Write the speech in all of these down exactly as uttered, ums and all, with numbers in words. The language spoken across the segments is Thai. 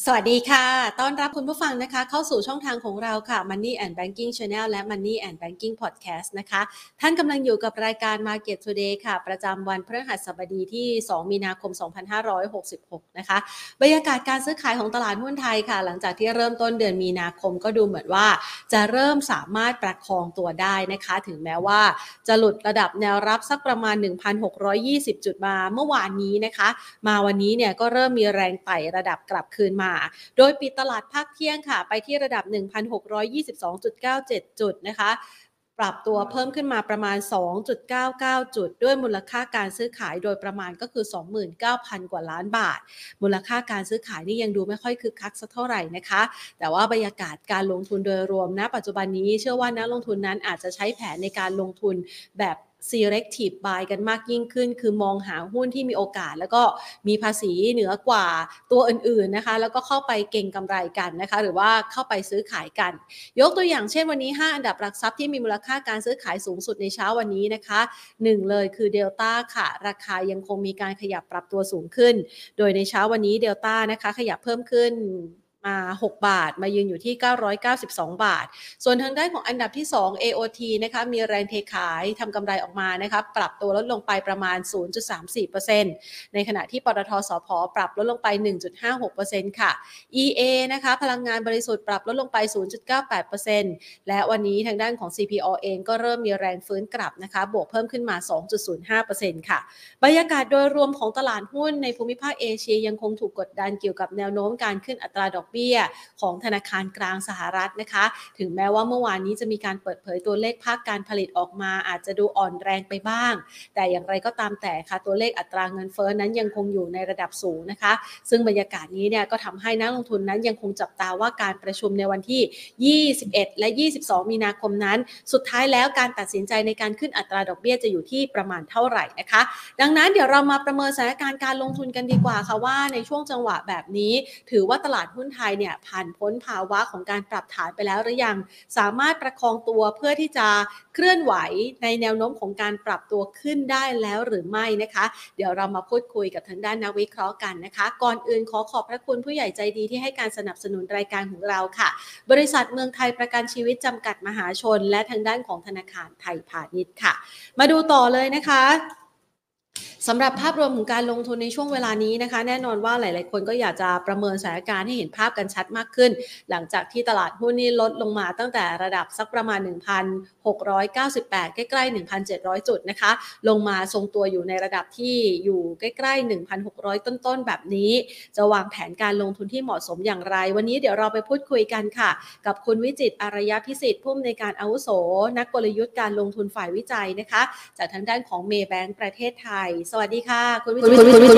สวัสดีค่ะต้อนรับคุณผู้ฟังนะคะเข้าสู่ช่องทางของเราค่ะ Money and Banking Channel และ Money and Banking Podcast นะคะท่านกำลังอยู่กับรายการ Market Today ค่ะประจำวันพฤหัสบดีที่สองมีนาคมสองพันห้าร้อยหกสิบหกนะคะบรรยากาศการซื้อขายของตลาดหุ้นไทยค่ะหลังจากที่เริ่มต้นเดือนมีนาคมก็ดูเหมือนว่าจะเริ่มสามารถประคองตัวได้นะคะถึงแม้ว่าจะหลุดระดับแนวรับสักประมาณ หนึ่งพันหกร้อยยี่สิบ จุดมาเมื่อวานนี้นะคะมาวันนี้เนี่ยก็เริ่มมีแรงไต่ระดับกลับคืนมาโดยปิดตลาดภาคเที่ยงค่ะไปที่ระดับ หนึ่งพันหกร้อยยี่สิบสองจุดเก้าเจ็ด จุดนะคะปรับตัวเพิ่มขึ้นมาประมาณ สองจุดเก้าเก้า จุดด้วยมูลค่าการซื้อขายโดยประมาณก็คือ สองหมื่นเก้าพัน กว่าล้านบาทมูลค่าการซื้อขายนี่ยังดูไม่ค่อยคึกคักสักเท่าไหร่นะคะแต่ว่าบรรยากาศการลงทุนโดยรวมณปัจจุบันนี้เชื่อว่านักลงทุนนั้นอาจจะใช้แผนในการลงทุนแบบselective buy กันมากยิ่งขึ้นคือมองหาหุ้นที่มีโอกาสแล้วก็มีภาษีเหนือกว่าตัวอื่นๆนะคะแล้วก็เข้าไปเก็งกำไรกันนะคะหรือว่าเข้าไปซื้อขายกันยกตัวอย่างเช่นวันนี้ห้าอันดับหลักทรัพย์ที่มีมูลค่าการซื้อขายสูงสุดในเช้าวันนี้นะคะหนึ่งเลยคือ Delta ค่ะราคายังคงมีการขยับปรับตัวสูงขึ้นโดยในเช้าวันนี้ Delta นะคะขยับเพิ่มขึ้นมาหกบาทมายืนอยู่ที่เก้าร้อยเก้าสิบสองบาทส่วนทางด้านของอันดับที่สอง เอ โอ ที นะคะมีแรงเทขายทำกำไรออกมานะคะปรับตัวลดลงไปประมาณ ศูนย์จุดสามสี่เปอร์เซ็นต์ ในขณะที่ปตท.สผ.ปรับลดลงไป หนึ่งจุดห้าหกเปอร์เซ็นต์ ค่ะ อี เอ นะคะพลังงานบริสุทธิ์ปรับลดลงไป ศูนย์จุดเก้าแปดเปอร์เซ็นต์ และวันนี้ทางด้านของ ซี พี โอ เองก็เริ่มมีแรงฟื้นกลับนะคะบวกเพิ่มขึ้นมา สองจุดศูนย์ห้าเปอร์เซ็นต์ ค่ะบรรยากาศโดยรวมของตลาดหุ้นในภูมิภาคเอเชียยังคงถูกกดดันเกี่ยวกับแนวโน้มการขึ้นอัตราดอกเบี้ยของธนาคารกลางสหรัฐนะคะถึงแม้ว่าเมื่อวานนี้จะมีการเปิดเผยตัวเลขภาคการผลิตออกมาอาจจะดูอ่อนแรงไปบ้างแต่อย่างไรก็ตามแต่ค่ะตัวเลขอัตราเงินเฟ้อนั้นยังคงอยู่ในระดับสูงนะคะซึ่งบรรยากาศนี้เนี่ยก็ทำให้นักลงทุนนั้นยังคงจับตาว่าการประชุมในวันที่ยี่สิบเอ็ดและยี่สิบสองมีนาคมนั้นสุดท้ายแล้วการตัดสินใจในการขึ้นอัตราดอกเบี้ยจะอยู่ที่ประมาณเท่าไหร่นะคะดังนั้นเดี๋ยวเรามาประเมินสถานการณ์การลงทุนกันดีกว่าค่ะว่าในช่วงจังหวะแบบนี้ถือว่าตลาดหุ้นไทยเนี่ยผ่านพ้นภาวะของการปรับฐานไปแล้วหรือยังสามารถประคองตัวเพื่อที่จะเคลื่อนไหวในแนวโน้มของการปรับตัวขึ้นได้แล้วหรือไม่นะคะเดี๋ยวเรามาพูดคุยกับทางด้านนักวิเคราะห์กันนะคะก่อนอื่นขอขอบพระคุณผู้ใหญ่ใจดีที่ให้การสนับสนุนรายการของเราค่ะบริษัทเมืองไทยประกันชีวิตจำกัดมหาชนและทางด้านของธนาคารไทยพาณิชย์ค่ะมาดูต่อเลยนะคะสำหรับภาพรวมของการลงทุนในช่วงเวลานี้นะคะแน่นอนว่าหลายๆคนก็อยากจะประเมินสถานการณ์ให้เห็นภาพกันชัดมากขึ้นหลังจากที่ตลาดหุ้นนี่ลดลงมาตั้งแต่ระดับสักประมาณ หนึ่งพันหกร้อยเก้าสิบแปด ใกล้ๆ หนึ่งพันเจ็ดร้อย จุดนะคะลงมาทรงตัวอยู่ในระดับที่อยู่ใกล้ๆ หนึ่งพันหกร้อย ต้นๆแบบนี้จะวางแผนการลงทุนที่เหมาะสมอย่างไรวันนี้เดี๋ยวเราไปพูดคุยกันค่ะกับคุณวิจิตร อารยพิสิทธิ์ผู้อำนวยการอาวุโสนักกลยุทธ์การลงทุนฝ่ายวิจัยนะคะจากทางด้านของ Maybank ประเทศไทยสวัสดีค่ะคุณวิจิตร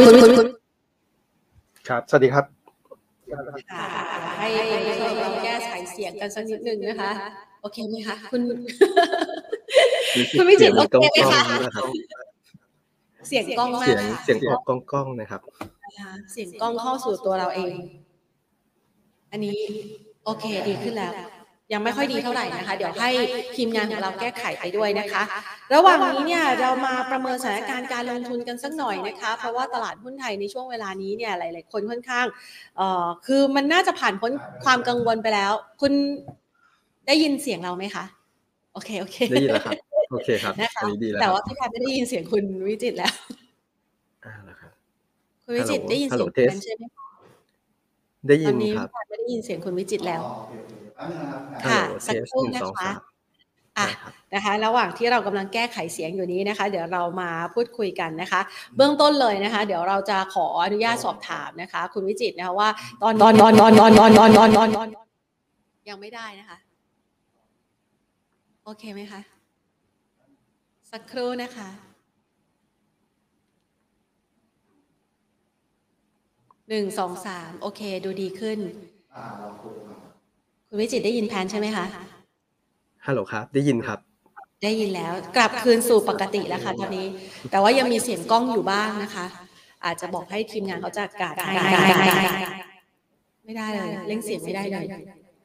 ครับสวัสดีครับค่ะให้เราแก้ไขเสียงกันสักนิดนึงนะคะโอเคไหมคะคุณคุณวิจิตรโอเคไหมคะเสียงกล้องมากเสียงเสียงออกก้องๆนะครับเสียงกล้องเข้าสู่ตัวเราเองอันนี้โอเคดีขึ้นแล้วยังไม่ค่อยดีเท่าไหร่นะคะเดี๋ยวให้ทีมงานของเราแก้ไขไปด้วยนะคะระหว่างนี้เนี่ยเรามาประเมินสถานการณ์การลงทุนกันสักหน่อยนะคะเพราะว่าตลาดหุ้นไทยในช่วงเวลานี้เนี่ยหลายๆคนค่อนข้างเอ่อคือมันน่าจะผ่านพ้นความกังวลไปแล้วคุณได้ยินเสียงเราไหมคะโอเคโอเคได้ยินแล้วครับโอเคครับอันนี้ดีแล้วแต่ว่าพี่พันไม่ได้ยินเสียงคุณวิจิตรแล้วอ่าแล้วครับคุณวิจิตรได้ยินเสียงกันใช่ไหมได้ยินครับตอนนี้ไม่ได้ยินเสียงคุณวิจิตรแล้วค่ะสักครู่นะคะอ่ะนะคะระหว่างที่เรากำลังแก้ไขเสียงอยู่นี้นะคะเดี๋ยวเรามาพูดคุยกันนะคะเบื้องต้นเลยนะคะเดี๋ยวเราจะขออนุญาตสอบถามนะคะคุณวิจิตรนะคะว่าตอนนอนนอนนอนนอนนอนนอนนอนนอนนอนยังไม่ได้นะคะโอเคไหมคะสักครู่นะคะหนึ่งสองสามโอเคดูดีขึ้นคุณวิจิตรได้ยินแพนใช่ไหมคะฮัลโหลครับได้ยินครับได้ยินแล้วกลับคืนสู่ปกติแล้วค่ะตอนนี้แต่ว่ายังมีเสียงกล้องอยู่บ้างนะคะอาจจะบอกให้ทีมงานเขาจัดการให้ไม่ได้เลยเร่งเสียงไม่ได้เลย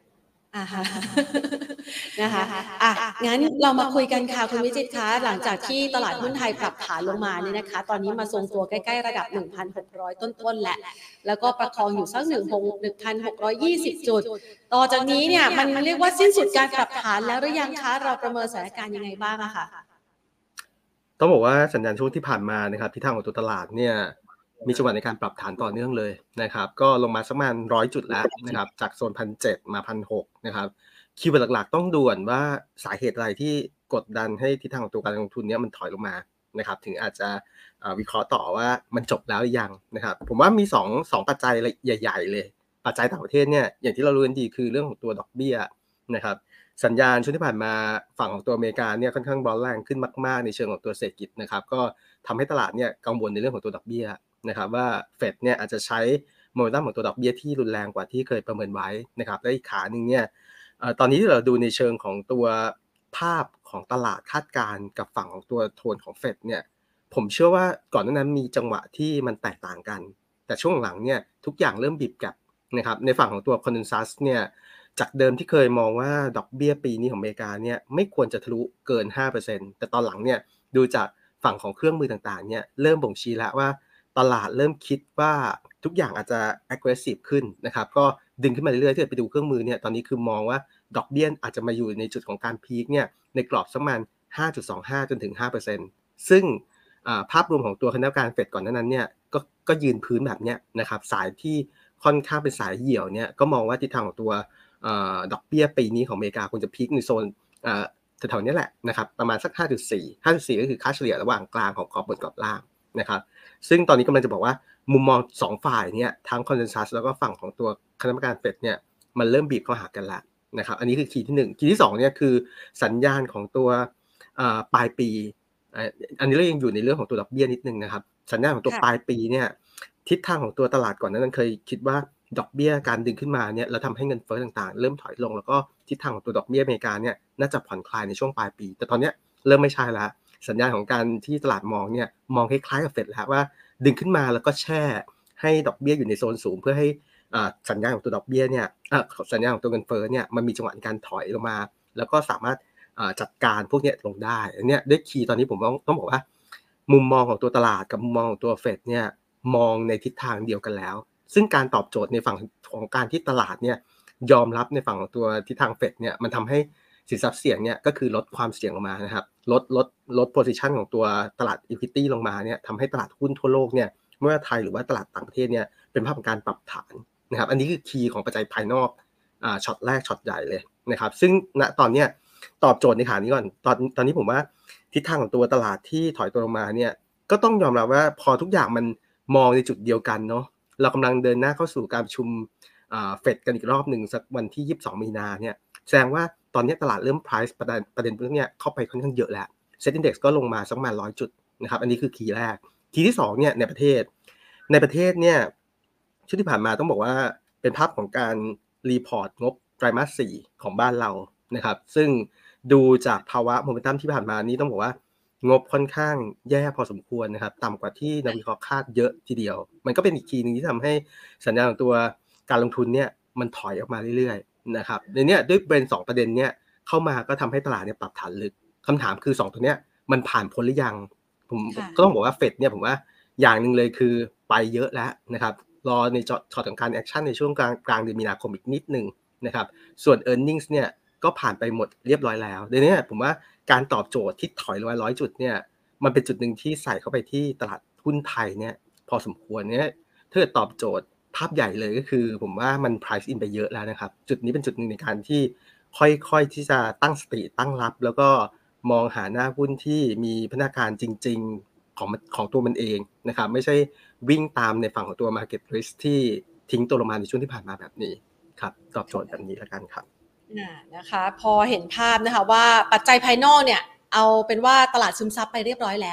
อะฮะ นะคะอ่ะงั้นเรามาคุยกันค่ะคุณวิจิตรคะหลังจากที่ตลาดหุ้นไทยปรับฐานลงมาเนี่ยนะคะตอนนี้มาทรงตัวใกล้ๆระดับ หนึ่งพันหกร้อย ต้นๆแล้วแล้วก็ประคองอยู่สักหนึ่งพันหกร้อยยี่สิบ จุดต่อจากนี้เนี่ยมันเรียกว่าสิ้นสุดการปรับฐานแล้วหรือยังคะเราประเมินสถานการณ์ยังไงบ้างอะค่ะต้องบอกว่าสัญญาณช่วงที่ผ่านมานะครับทิศทางของตัวตลาดเนี่ยมีจังหวะในการปรับฐานต่อเนื่องเลยนะครับก็ลงมาสักประมาณหนึ่งร้อยจุดแล้วนะครับจากโซน หนึ่งพันเจ็ดร้อย มา หนึ่งพันหกร้อย นะครับคีย์เวิร์ดหลักๆต้องดูก่อนว่าสาเหตุอะไรที่กดดันให้ทิศทางของตัวการลงทุนเนี่ยมันถอยลงมานะครับถึงอาจจะเอ่อวิเคราะห์ต่อว่ามันจบแล้วหรือยังนะครับผมว่ามีสองสองปัจจัยใหญ่ๆเลยปัจจัยต่างประเทศเนี่ยอย่างที่เรารู้กันดีคือเรื่องของตัวดอกเบี้ยนะครับ สัญญาณช่วงที่ผ่านมาฝั่งของตัวอเมริกาเนี่ยค่อนข้างร้อนแรงขึ้นมากๆในเชิงของตัวเศรษฐกิจนะครับก็ทำให้ตลาดเนี่ยกังวลในเรื่องของตัวดอกเบี้ยนะครับว่าเฟดเนี่ยอาจจะใช้โมเมนตัมของตัวดอกเบี้ยที่รุนแรงกว่าที่เคยประเมินไว้นะครับและอีกขาหนึ่งเนี่ยเอ่อตอนนี้ที่เราดูในเชิงของตัวภาพของตลาดคาดการณ์กับฝั่งของตัวโทนของเฟดเนี่ยผมเชื่อว่าก่อนหน้านั้นมีจังหวะที่มันแตกต่างกันแต่ช่วงหลังเนี่ยทุกอย่างเริ่มบีบแก็บนะครับในฝั่งของตัวคอนเซนซัสเนี่ย จากเดิมที่เคยมองว่าดอกเบี้ยปีนี้ของอเมริกาเนี่ยไม่ควรจะทะลุเกิน ห้าเปอร์เซ็นต์ แต่ตอนหลังเนี่ยดูจากฝั่งของเครื่องมือต่างๆเนี่ยเริ่มบ่งชี้แล้วว่าตลาดเริ่มคิดว่าทุกอย่างอาจจะ aggressive ขึ้นนะครับก็ดึงขึ้นมาเรื่อยๆถ้าเกิดไปดูเครื่องมือเนี่ยตอนนี้คือมองว่าดอกเบี้ยอาจจะมาอยู่ในจุดของการพีคเนี่ยในกรอบสักประมาณ ห้าจุดสองห้า จนถึง ห้าเปอร์เซ็นต์ ซึ่งอ่าภาพรวมของตัวคณะกรรมการเฟดก่อนหน้านั้นเนี่ยก็ก็ยืนพื้นแบบเนี้ยนะครับสายที่ค่อนข้างเป็นสายเหี่ยวเนี่ยก็มองว่าทิศทางของตัวดอกเบี้ยปีนี้ของอเมริกาควรจะพีคในโซนแถวๆนี้แหละนะครับประมาณสัก ห้าจุดสี่ ห้าจุดสี่ ก็คือค่าเฉลี่ยระหว่างกลางของกรอบบนกรอบล่างนะครับซึ่งตอนนี้กำลังจะบอกว่ามุมมองสองฝ่ายเนี่ยทั้งคอนเซนซัสแล้วก็ฝั่งของตัวคณะกรรมการเฟดเนี่ยมันเริ่มบีบเข้าหากันแล้วนะครับอันนี้คือคีย์ที่หนึ่งคีย์ที่สองเนี่ยคือสัญญาณของตัวปลายปีอันนี้เรายังอยู่ในเรื่องของตัวดอกเบี้ยนิดนึงนะครับสัญญาณของตัวปลายปีเนี่ยทิศทางของตัวตลาดก่อนนั้นเคยคิดว่าดอกเบี้ยการดึงขึ้นมาเนี่ยแล้วทำให้เงินเฟ้อต่างๆเริ่มถอยลงแล้วก็ทิศทางของตัวดอกเบี้ยอเมริกาเนี่ยน่าจะผ่อนคลายในช่วงปลายปีแต่ตอนนี้เริ่มไม่ใช่แล้วสัญญาณของการที่ตลาดมองเนี่ยมองคล้ายๆกับเฟดแล้วว่าดึงขึ้นมาแล้วก็แช่ให้ดอกเบี้ยอยู่ในโซนสูงเพื่อให้สัญญาณของตัวดอกเบี้ยเนี่ยสัญญาณของตัวเงินเฟ้อเนี่ยมันมีจังหวะการถอยลงมาแล้วก็สามารถจัดการพวกนี้ลงได้อันนี้ด้วยคีย์ตอนนี้ผมต้องต้องบอกว่ามุมมองของตัวตลาดกับมุมมองของตัวเฟดเนี่ยมองในทิศทางเดียวกันแล้วซึ่งการตอบโจทย์ในฝั่งของการที่ตลาดเนี่ยยอมรับในฝั่งของตัวทิศทางเฟดเนี่ยมันทำให้สินทรัพย์เสี่ยงเนี่ยก็คือลดความเสี่ยงลงมานะครับลดลดลด position ของตัวตลาด equity ลงมาเนี่ยทำให้ตลาดหุ้นทั่วโลกเนี่ยไม่ว่าไทยหรือว่าตลาดต่างประเทศเนี่ยเป็นภาพของการปรับฐานนะครับอันนี้คือคีย์ของปัจจัยภายนอกอ่าช็อตแรกช็อตใหญ่เลยนะครับซึ่งณตอนเนี้ยตอบโจทย์ในขานี้ก่อนตอนตอนนี้ผมว่าทิศทางของตัวตลาดที่ถอยตัวลงมาเนี่ยก็ต้องยอมรับว่าพอทุกอย่างมันมองในจุดเดียวกันเนาะเรากำลังเดินหน้าเข้าสู่การประชุมเฟดกันอีกรอบหนึ่งสักวันที่ยี่สิบสองมีนาเนี่ยแสดงว่าตอนนี้ตลาดเริ่ม price ประเด็นประเด็นพวกนี้เข้าไปค่อนข้างเยอะแล้ว Set Index ก็ลงมาสักประมาณหนึ่งร้อยจุดนะครับอันนี้คือคีย์แรกคีย์ที่สองเนี่ยในประเทศในประเทศเนี่ยช่วงที่ผ่านมาต้องบอกว่าเป็นภาพของการรีพอร์ตงบไตรมาสสี่ของบ้านเรานะครับซึ่งดูจากภาวะโมเมนตัมที่ผ่านมานี้ต้องบอกว่างบค่อนข้างแย่พอสมควรนะครับต่ำกว่าที่นักวิเคราะห์คาดเยอะทีเดียวมันก็เป็นอีกคีย์นึงที่ทำให้สัญญาณของตัวการลงทุนเนี่ยมันถอยออกมาเรื่อยๆนะครับในเนี้ยด้วยเป็นสองประเด็นเนี้ยเข้ามาก็ทำให้ตลาดเนี่ยปรับฐานลึกคำถามคือสองตัวเนี้ยมันผ่านพ้นหรือยังผมก็ต้องบอกว่าเฟดเนี่ยผมว่าอย่างนึงเลยคือไปเยอะแล้วนะครับรอในช็อตของการแอคชั่นในช่วงกลางกลางเดือนมีนาคมอีกนิดนึงนะครับส่วน earnings เนี่ยก็ผ่านไปหมดเรียบร้อยแล้วดังนั้นผมว่าการตอบโจทย์ที่ถอยลงมาร้อยจุดเนี่ยมันเป็นจุดหนึ่งที่ใส่เข้าไปที่ตลาดหุ้นไทยเนี่ยพอสมควรเนี่ยถ้าเกิดตอบโจทย์ภาพใหญ่เลยก็คือผมว่ามัน price in ไปเยอะแล้วนะครับจุดนี้เป็นจุดหนึ่งในการที่ค่อยๆที่จะตั้งสติตั้งรับแล้วก็มองหาหน้าหุ้นที่มีพนักงานจริงๆของของตัวมันเองนะครับไม่ใช่วิ่งตามในฝั่งของตัว market risk ที่ทิ้งตัวลงมาในช่วงที่ผ่านมาแบบนี้ครับตอบโจทย์แบบนี้แล้วกันครับนะคะพอเห็นภาพนะคะว่าปัจจัยภายนอกเนี่ยเอาเป็นว่าตลาดซึมซับไปเรียบร้อยแล้ว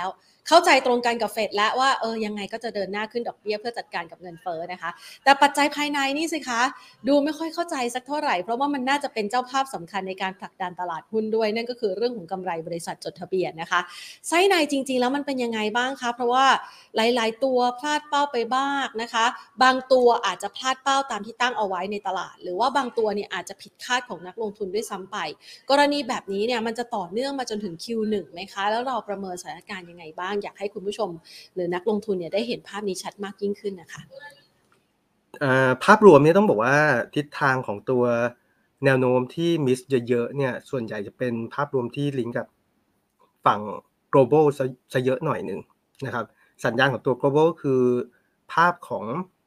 เข้าใจตรงกันกับเฟดและว่าเออยังไงก็จะเดินหน้าขึ้นดอกเบี้ยเพื่อจัดการกับเงินเฟ้อนะคะแต่ปัจจัยภายในนี่สิคะดูไม่ค่อยเข้าใจสักเท่าไหร่เพราะว่ามันน่าจะเป็นเจ้าภาพสำคัญในการผลักดันตลาดหุ้นด้วยนั่นก็คือเรื่องของกำไรบริษัทจดทะเบียนนะคะไส้ในจริงๆแล้วมันเป็นยังไงบ้างคะเพราะว่าหลายๆตัวพลาดเป้าไปบ้างนะคะบางตัวอาจจะพลาดเป้าตามที่ตั้งเอาไว้ในตลาดหรือว่าบางตัวเนี่ยอาจจะผิดคาดของนักลงทุนด้วยซ้ำไปกรณีแบบนี้เนี่ยมันจะต่อเนื่องมาจนถึง คิว หนึ่ง ไหมคะแล้วเราประเมินสถานการณ์ยังไงบ้างอยากให้คุณผู้ชมหรือนักลงทุนเนี่ยได้เห็นภาพนี้ชัดมากยิ่งขึ้นนะคะภาพรวมเนี่ยต้องบอกว่าทิศทางของตัวแนวโน้มที่มิสเยอะๆเนี่ยส่วนใหญ่จะเป็นภาพรวมที่ลิงก์กับฝั่ง global ซะซะเยอะหน่อยหนึ่งนะครับสัญญาณของตัว global คือภาพของ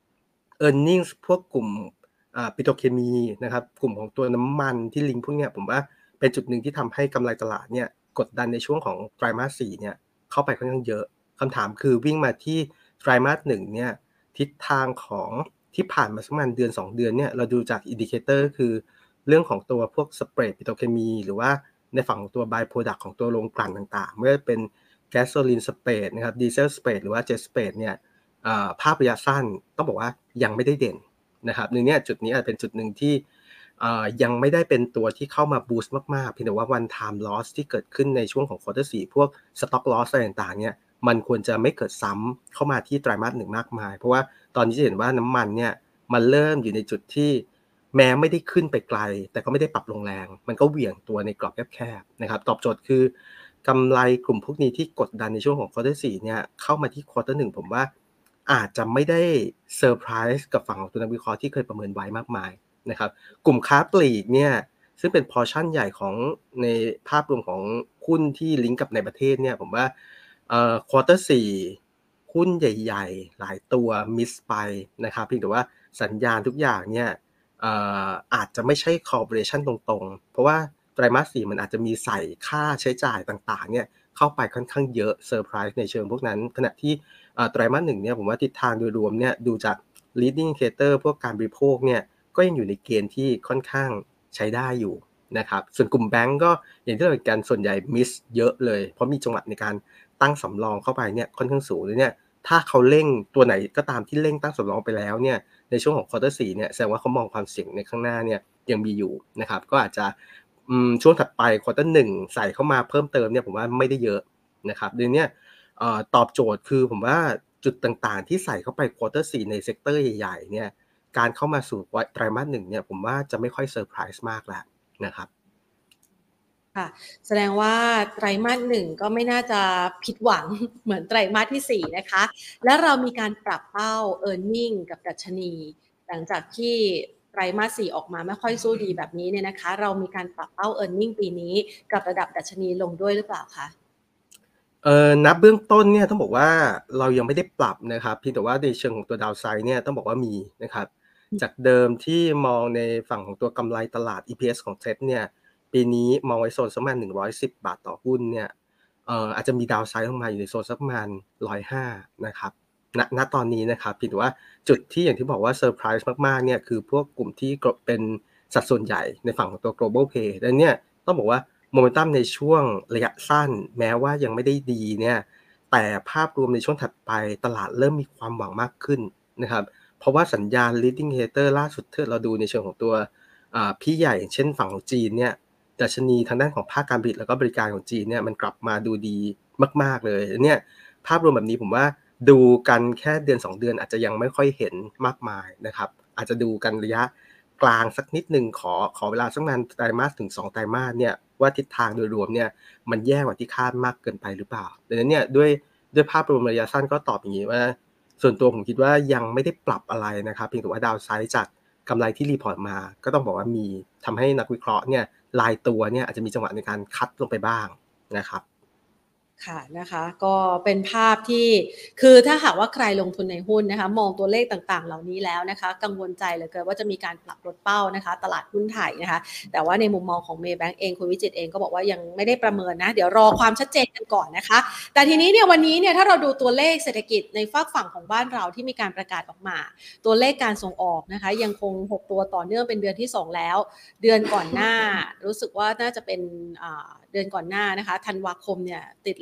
earnings พวกกลุ่มปิโตรเคมีนะครับกลุ่มของตัวน้ำมันที่ลิงก์พวกเนี้ยผมว่าเป็นจุดหนึ่งที่ทำให้กำไรตลาดเนี่ยกดดันในช่วงของไตรมาสสี่เนี่ยเข้าไปค่อนข้างเยอะคำถามคือวิ่งมาที่ไตรมาสหนึ่งเนี่ยทิศทางของที่ผ่านมาสักประมาณเดือนสองเดือนเนี่ยเราดูจากอินดิเคเตอร์คือเรื่องของตัวพวกสเปรดปิโตรเคมีหรือว่าในฝั่งของตัว by product ของตัวโรงกลั่นต่างๆไม่ว่าเป็นแก๊สโซลีนสเปรดนะครับดีเซลสเปรดหรือว่าเจ็ตสเปรดเนี่ยภาพระยะสั้นต้องบอกว่ายังไม่ได้เด่นนะครับหนึ่งเนี่ยจุดนี้อาจเป็นจุดหนึ่งที่ยังไม่ได้เป็นตัวที่เข้ามาบูสต์มากๆเพียงแต่ว่า one time loss ที่เกิดขึ้นในช่วงของ quarter สี่พวก stock loss อะไรต่างๆเนี่ยมันควรจะไม่เกิดซ้ำเข้ามาที่ไตรมาสหนึ่งมากมายเพราะว่าตอนนี้จะเห็นว่าน้ำมันเนี่ยมันเริ่มอยู่ในจุดที่แม้ไม่ได้ขึ้นไปไกลแต่ก็ไม่ได้ปรับลงแรงมันก็เหวี่ยงตัวในกรอบแคบๆนะครับตอบโจทย์คือกำไรกลุ่มพวกนี้ที่กดดันในช่วงของ quarter สี่เนี่ยเข้ามาที่ quarter หนึ่งผมว่าอาจจะไม่ได้เซอร์ไพรส์กับฝั่งของตัวนักวิเคราะห์ที่เคยประเมินไว้มากมายนะครับกลุ่มค้าปลีกเนี่ยซึ่งเป็นพอร์ชั่นใหญ่ของในภาพรวมของหุ้นที่ลิงก์กับในประเทศเนี่ยผมว่าเอ่อ quarter สี่หุ้นใหญ่ๆหลายตัวมิสไปนะครับเพียงแต่ว่าสัญญาณทุกอย่างเนี่ยเอ่ออาจจะไม่ใช่ correlation ตรงๆเพราะว่าไตรมาสสี่มันอาจจะมีใส่ค่าใช้จ่ายต่างๆเนี่ยเข้าไปค่อนข้างเยอะเซอร์ไพรส์ในเชิงพวกนั้นขณะที่ไตรมาสหนึ่งเนี่ยผมว่าทิศทางโดยรวมเนี่ยดูจาก leading indicator พวกการบริโภคเนี่ยก็ยังอยู่ในเกณฑ์ที่ค่อนข้างใช้ได้อยู่นะครับส่วนกลุ่มแบงก์ก็อย่างที่เราเห็นกันส่วนใหญ่มิสเยอะเลยเพราะมีจังหวะในการตั้งสำรองเข้าไปเนี่ยค่อนข้างสูงเลยเนี่ยถ้าเขาเร่งตัวไหนก็ตามที่เร่งตั้งสำรองไปแล้วเนี่ยในช่วงของ quarter สี่เนี่ยแสดงว่าเขามองความเสี่ยงในข้างหน้าเนี่ยยังมีอยู่นะครับก็อาจจะช่วงถัดไป quarter หนึ่งใส่เข้ามาเพิ่มเติมเนี่ยผมว่าไม่ได้เยอะนะครับเดี๋ยวนี้ตอบโจทย์คือผมว่าจุดต่างๆที่ใส่เข้าไป quarter สี่ในเซกเตอร์ใหญ่ๆเนี่ยการเข้ามาสู่ไตรมาสหนึ่งเนี่ยผมว่าจะไม่ค่อยเซอร์ไพรส์มากแล้วนะครับค่ะแสดงว่าไตรมาสหนึ่งก็ไม่น่าจะผิดหวังเหมือนไตรมาสที่สี่นะคะและเรามีการปรับเป้า earning กับดัชนีหลังจากที่ไตรมาสสี่ออกมาไม่ค่อยสู้ดีแบบนี้เนี่ยนะคะเรามีการปรับเป้า earning ปีนี้กับระดับดัชนีลงด้วยหรือเปล่าคะเอ่อนับเบื้องต้นเนี่ยต้องบอกว่าเรายังไม่ได้ปรับนะครับเพียงแต่ว่าในเชิงของตัวดาวไซด์เนี่ยต้องบอกว่ามีนะครับจากเดิมที่มองในฝั่งของตัวกำไรตลาด อี พี เอส ของ เซ็ต เนี่ยปีนี้มองไว้โซนสักประมาณหนึ่งร้อยสิบบาทต่อหุ้นเนี่ยเอ่ออาจจะมีดาวไซด์ลงมาอยู่ในโซนสักประมาณหนึ่งร้อยห้านะครับณณตอนนี้นะครับเพียงแต่ว่าจุดที่อย่างที่บอกว่าเซอร์ไพรส์มากๆเนี่ยคือพวกกลุ่มที่เป็นสัดส่วนใหญ่ในฝั่งของตัว global play และเนี่ยต้องบอกว่าโมเมนตัมในช่วงระยะสั้นแม้ว่ายังไม่ได้ดีเนี่ยแต่ภาพรวมในช่วงถัดไปตลาดเริ่มมีความหวังมากขึ้นนะครับเพราะว่าสัญญาณ leading indicator ล่าสุดที่เราดูในเชิงของตัวพี่ใหญ่เช่นฝั่งของจีนเนี่ยดัชนีทางด้านของภาคการผลิตแล้วก็บริการของจีนเนี่ยมันกลับมาดูดีมากๆเลยเนี่ยภาพรวมแบบนี้ผมว่าดูกันแค่เดือนสองเดือนอาจจะยังไม่ค่อยเห็นมากมายนะครับอาจจะดูกันระยะกลางสักนิดนึงขอขอเวลาสักประมาณไตรมาสถึงสองไตรมาสเนี่ยว่าทิศทางโดยรวมเนี่ยมันแย่กว่าที่คาดมากเกินไปหรือเปล่าดังนั้นเนี่ยด้วยด้วยภาพรวมระยะสั้นก็ตอบอย่างนี้ว่าส่วนตัวผมคิดว่ายังไม่ได้ปรับอะไรนะครับเพียงแต่ว่าดาวไซด์จากกำไรที่รีพอร์ตมาก็ต้องบอกว่ามีทำให้นักวิเคราะห์เนี่ยรายตัวเนี่ยอาจจะมีจังหวะในการคัดลงไปบ้างนะครับค่ะนะคะก็เป็นภาพที่คือถ้าหากว่าใครลงทุนในหุ้นนะคะมองตัวเลขต่างๆเหล่านี้แล้วนะคะกังวลใจเหลือเกินว่าจะมีการปรับลดเป้านะคะตลาดหุ้นไทยนะคะแต่ว่าในมุมมองของ Maybank เองคุณวิจิตรเองก็บอกว่ายังไม่ได้ประเมินนะเดี๋ยวรอความชัดเจนกันก่อนนะคะแต่ทีนี้เนี่ยวันนี้เนี่ยถ้าเราดูตัวเลขเศรษฐกิจในฝากฝั่งของบ้านเราที่มีการประกาศออกมาตัวเลขการส่งออกนะคะยังคงหกตัวต่อเนื่องเป็นเดือนที่สองแล้วเดือนก่อนหน้ารู้สึกว่าน่าจะเป็นเดือนก่อนหน้านะคะธันวาคมเนี่ยติดล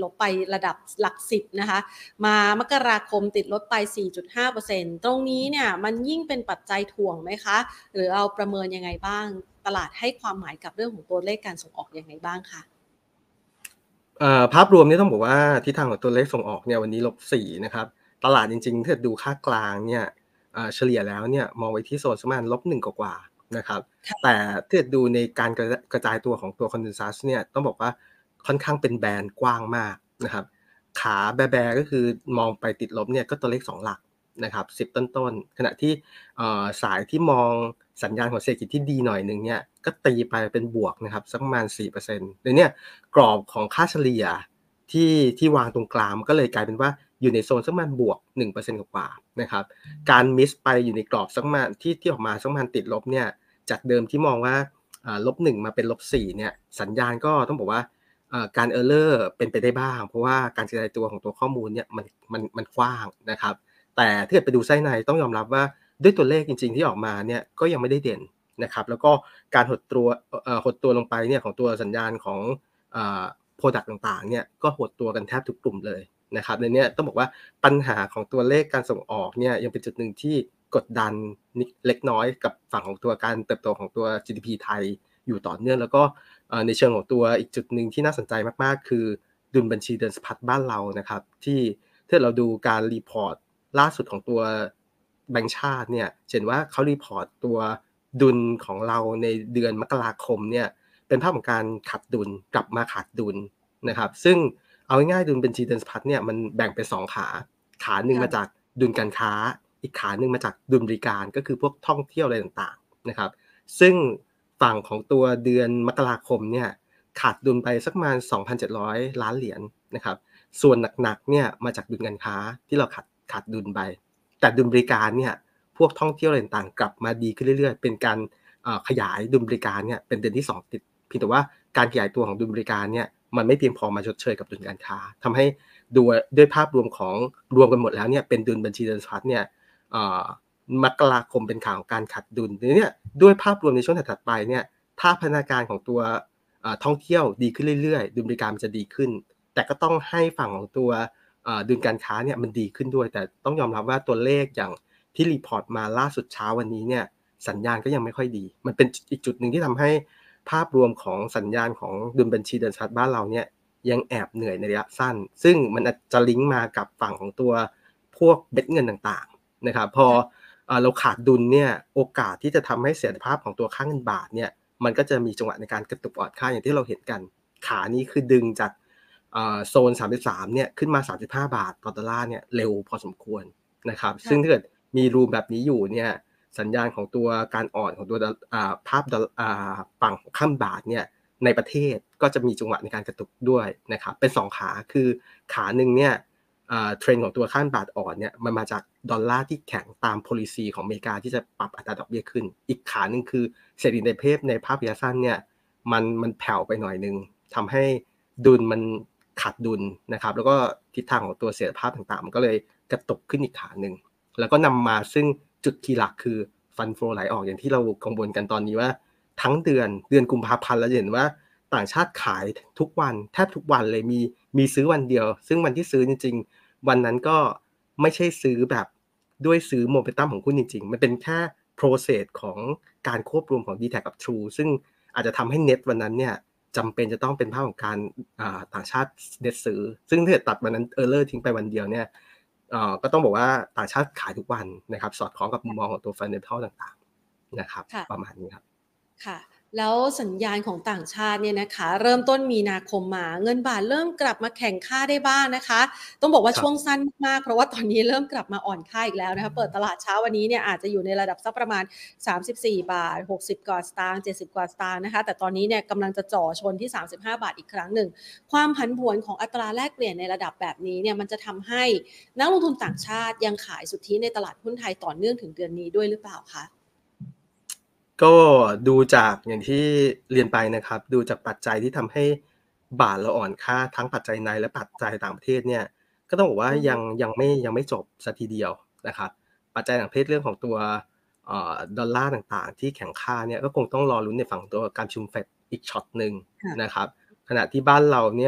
ลบไประดับหลักสิบนะคะมามกราคมติดลบไป สี่จุดห้าเปอร์เซ็นต์ ตรงนี้เนี่ยมันยิ่งเป็นปัจจัยถ่วงไหมคะหรือเราประเมินยังไงบ้างตลาดให้ความหมายกับเรื่องของตัวเลขการส่งออกยังไงบ้างคะเอ่อภาพรวมเนี่ยต้องบอกว่าทิศทางของตัวเลขส่งออกเนี่ยวันนี้ลบสี่นะครับตลาดจริงๆถ้าเกิดดูค่ากลางเนี่ยอ่าเฉลี่ยแล้วเนี่ยมองไว้ที่โซนสักประมาณลบหนึ่งกว่าๆนะครับแต่ถ้าเกิดดูในการกระกระจายตัวของตัว Consensus เนี่ยต้องบอกว่าค่อนข้างเป็นแบนด์กว้างมากนะครับขาแบๆก็คือมองไปติดลบเนี่ยก็ตัวเลขสองหลักนะครับสิบต้นๆขณะที่เอ่อสายที่มองสัญญาณของเศรษฐกิจที่ดีหน่อยหนึ่งเนี่ยก็ตีไปเป็นบวกนะครับสักประมาณ สี่เปอร์เซ็นต์ โดยเนี่ย กรอบของค่าเฉลี่ยที่ที่วางตรงกลางก็เลยกลายเป็นว่าอยู่ในโซนสักประมาณบวก หนึ่งเปอร์เซ็นต์ กว่าๆนะครับการมิสไปอยู่ในกรอบสักประมาณที่ที่ออกมาสักประมาณติดลบเนี่ยจากเดิมที่มองว่าอ่าลบหนึ่งมาเป็นลบสี่เนี่ยสัญญาณก็ต้องบอกว่าอ่าการ error เป็นไปได้บ้างเพราะว่าการกระจายตัวของตัวข้อมูลเนี่ยมันมันมันกว้างนะครับแต่ถ้าเกิดไปดูไส้ในต้องยอมรับว่าด้วยตัวเลขจริงๆที่ออกมาเนี่ยก็ยังไม่ได้เด่นนะครับแล้วก็การหดตัวเอ่อหดตัวลงไปเนี่ยของตัวสัญญาณของ อ่า product ต่างๆเนี่ยก็หดตัวกันแทบทุกกลุ่มเลยนะครับในเนี้ยต้องบอกว่าปัญหาของตัวเลขการส่งออกเนี่ยยังเป็นจุดหนึ่งที่กดดันนิดเล็กน้อยกับฝั่งของตัวการเติบโตของตัว จี ดี พี ไทยอยู่ต่อเนื่องแล้วก็เอ่อในเชิงของตัวอีกจุดหนึ่งที่น่าสนใจมากๆคือดุลบัญชีเดินสะพัดบ้านเรานะครับที่ถ้าเราดูการรีพอร์ตล่าสุดของตัวแบงก์ชาติเนี่ยเห็นว่าเขารีพอร์ตตัวดุลของเราในเดือนมกราคมเนี่ยเป็นภาพของการขาดดุลกลับมาขาดดุลนะครับซึ่งเอาง่ายๆดุลบัญชีเดินสะพัดเนี่ยมันแบ่งเป็นสองขาขาหนึ่งมาจากดุลการค้าอีกขาหนึ่งมาจากดุลบริการก็คือพวกท่องเที่ยวอะไรต่างๆนะครับซึ่งฝั่งของตัวเดือนมกราคมเนี่ยขาดดุลไปสักประมาณ สองพันเจ็ดร้อย ล้านเหรียญนะครับส่วนหนักๆเนี่ยมาจากดุลการค้าที่เราขาดขาดดุลไปแต่ดุลบริการเนี่ยพวกท่องเที่ยวอะไรต่างๆกลับมาดีขึ้นเรื่อยๆเป็นการเอ่อขยายดุลบริการเนี่ยเป็นเดือนที่สองติดเพียงแต่ว่าการขยายตัวของดุลบริการเนี่ยมันไม่เพียงพอมาชดเชยกับดุลการค้าทำให้ดูด้วยภาพรวมของรวมกันหมดแล้วเนี่ยเป็นดุลบัญชีเดินสะพัดเนี่ยเอ่อมกราคมเป็นข่าวของการขาดดุลทีนี้เนี่ยด้วยภาพรวมในช่วงถัดๆไปเนี่ยถ้าพัฒนาการของตัวเอ่อท่องเที่ยวดีขึ้นเรื่อยๆดุลบริการมันจะดีขึ้นแต่ก็ต้องให้ฝั่งของตัวเอ่อดุลการค้าเนี่ยมันดีขึ้นด้วยแต่ต้องยอมรับว่าตัวเลขอย่างที่รีพอร์ตมาล่าสุดเช้าวันนี้เนี่ยสัญญาณก็ยังไม่ค่อยดีมันเป็นอีกจุดหนึ่งที่ทำให้ภาพรวมของสัญญาณของดุลบัญชีเดินสะพัดบ้านเราเนี่ยยังแอบเหนื่อยในระยะสั้นซึ่งมันอาจจะลิงก์มากับฝั่งของตัวพวกเม็ดเงินต่างๆนะครับพอเอ่อเราขาดดุลเนี่ยโอกาสที่จะทำให้เสถียรภาพของตัวค่าเงินบาทเนี่ยมันก็จะมีจังหวะในการกระตุกอ่อนค่าอย่างที่เราเห็นกันขานี้คือดึงจากเอ่อโซนสามสิบสามเนี่ยขึ้นมาสามสิบห้าบาทต่อดอลลาร์เนี่ยเร็วพอสมควรนะครับซึ่งถ้าเกิดมีรูมแบบนี้อยู่เนี่ยสัญญาณของตัวการอ่อนของตัวอ่าภาพดอลอ่าฝั่งของค่าบาทเนี่ยในประเทศก็จะมีจังหวะในการกระตุกด้วยนะครับเป็นสองขาคือขาหนึ่งเนี่ยอ่าเทรนด์ของตัวค่าบาทอ่อนเนี่ยมันมาจากดอลลาร์ที่แข็งตาม policy ของอเมริกาที่จะปรับอัตราดอกเบี้ยขึ้นอีกขาหนึ่งคือเศรษฐกิจในประเทศในภาพระยะสั้นเนี่ยมันมันแผ่วไปหน่อยนึงทำให้ดุลมันขาดดุลนะครับแล้วก็ทิศทางของตัวเสถียรภาพต่างๆมันก็เลยกระตุกขึ้นอีกขาหนึ่งแล้วก็นำมาซึ่งจุดคีย์หลักคือฟันโฟไหลออกอย่างที่เรากังวลกันตอนนี้ว่าทั้งเดือนเดือนกุมภาพันธ์เราจะเห็นว่าต่างชาติขายทุกวันแทบทุกวันเลยมีมีซื้อวันเดียวซึ่งวันที่ซื้อจริงๆวันนั้นก็ไม่ใช่ซื้อแบบด้วยซื้อโมเมนตัมของหุ้นจริงๆมันเป็นแค่ process ของการควบรวมของ ดี แท็ก กับ True ซึ่งอาจจะทำให้เน็ตวันนั้นเนี่ยจำเป็นจะต้องเป็นภาพของการอ่าต่างชาติเน็ตซื้อซึ่งถ้าเกิดตัดวันนั้น error ทิ้งไปวันเดียวเนี่ยเอ่อก็ต้องบอกว่าต่างชาติขายทุกวันนะครับสอดคล้องกับมุมมองของตัว fundamental ต่างๆนะครับประมาณนี้ครับค่ะแล้วสัญญาณของต่างชาติเนี่ยนะคะเริ่มต้นมีนาคมมาเงินบาทเริ่มกลับมาแข่งค่าได้บ้างนะคะต้องบอกว่าช่วงครับสั้นมากเพราะว่าตอนนี้เริ่มกลับมาอ่อนค่าอีกแล้วนะคะเปิดตลาดเช้าวันนี้เนี่ยอาจจะอยู่ในระดับสักประมาณสามสิบสี่บาทหกสิบกว่าสตางค์เจ็ดสิบกว่าสตางค์นะคะแต่ตอนนี้เนี่ยกำลังจะจ่อชนที่สามสิบห้าบาทอีกครั้งหนึ่งความผันผวนของอัตราแลกเปลี่ยนในระดับแบบนี้เนี่ยมันจะทำให้นักลงทุนต่างชาติยังขายสุทธิในตลาดหุ้นไทยต่อเนื่องถึงเดือนนี้ด้วยหรือเปล่าคะก็ดูจากอย่างที่เรียนไปนะครับดูจากปัจจัยที่ทำให้บาทเราอ่อนค่าทั้งปัจจัยในและปัจจัยต่างประเทศเนี่ยก็ต้องบอกว่าอือฮึยังยังไม่ยังไม่จบเสียทีเดียวนะครับปัจจัยต่างประเทศเรื่องของตัวเอ่อดอลลาร์ต่างๆที่แข็งค่าเนี่ยก็คงต้องรอลุ้นในฝั่งตัวการประชุม Fed อีกช็อตหนึ่งค่ะนะครับขณะที่บ้านเราเนี่ย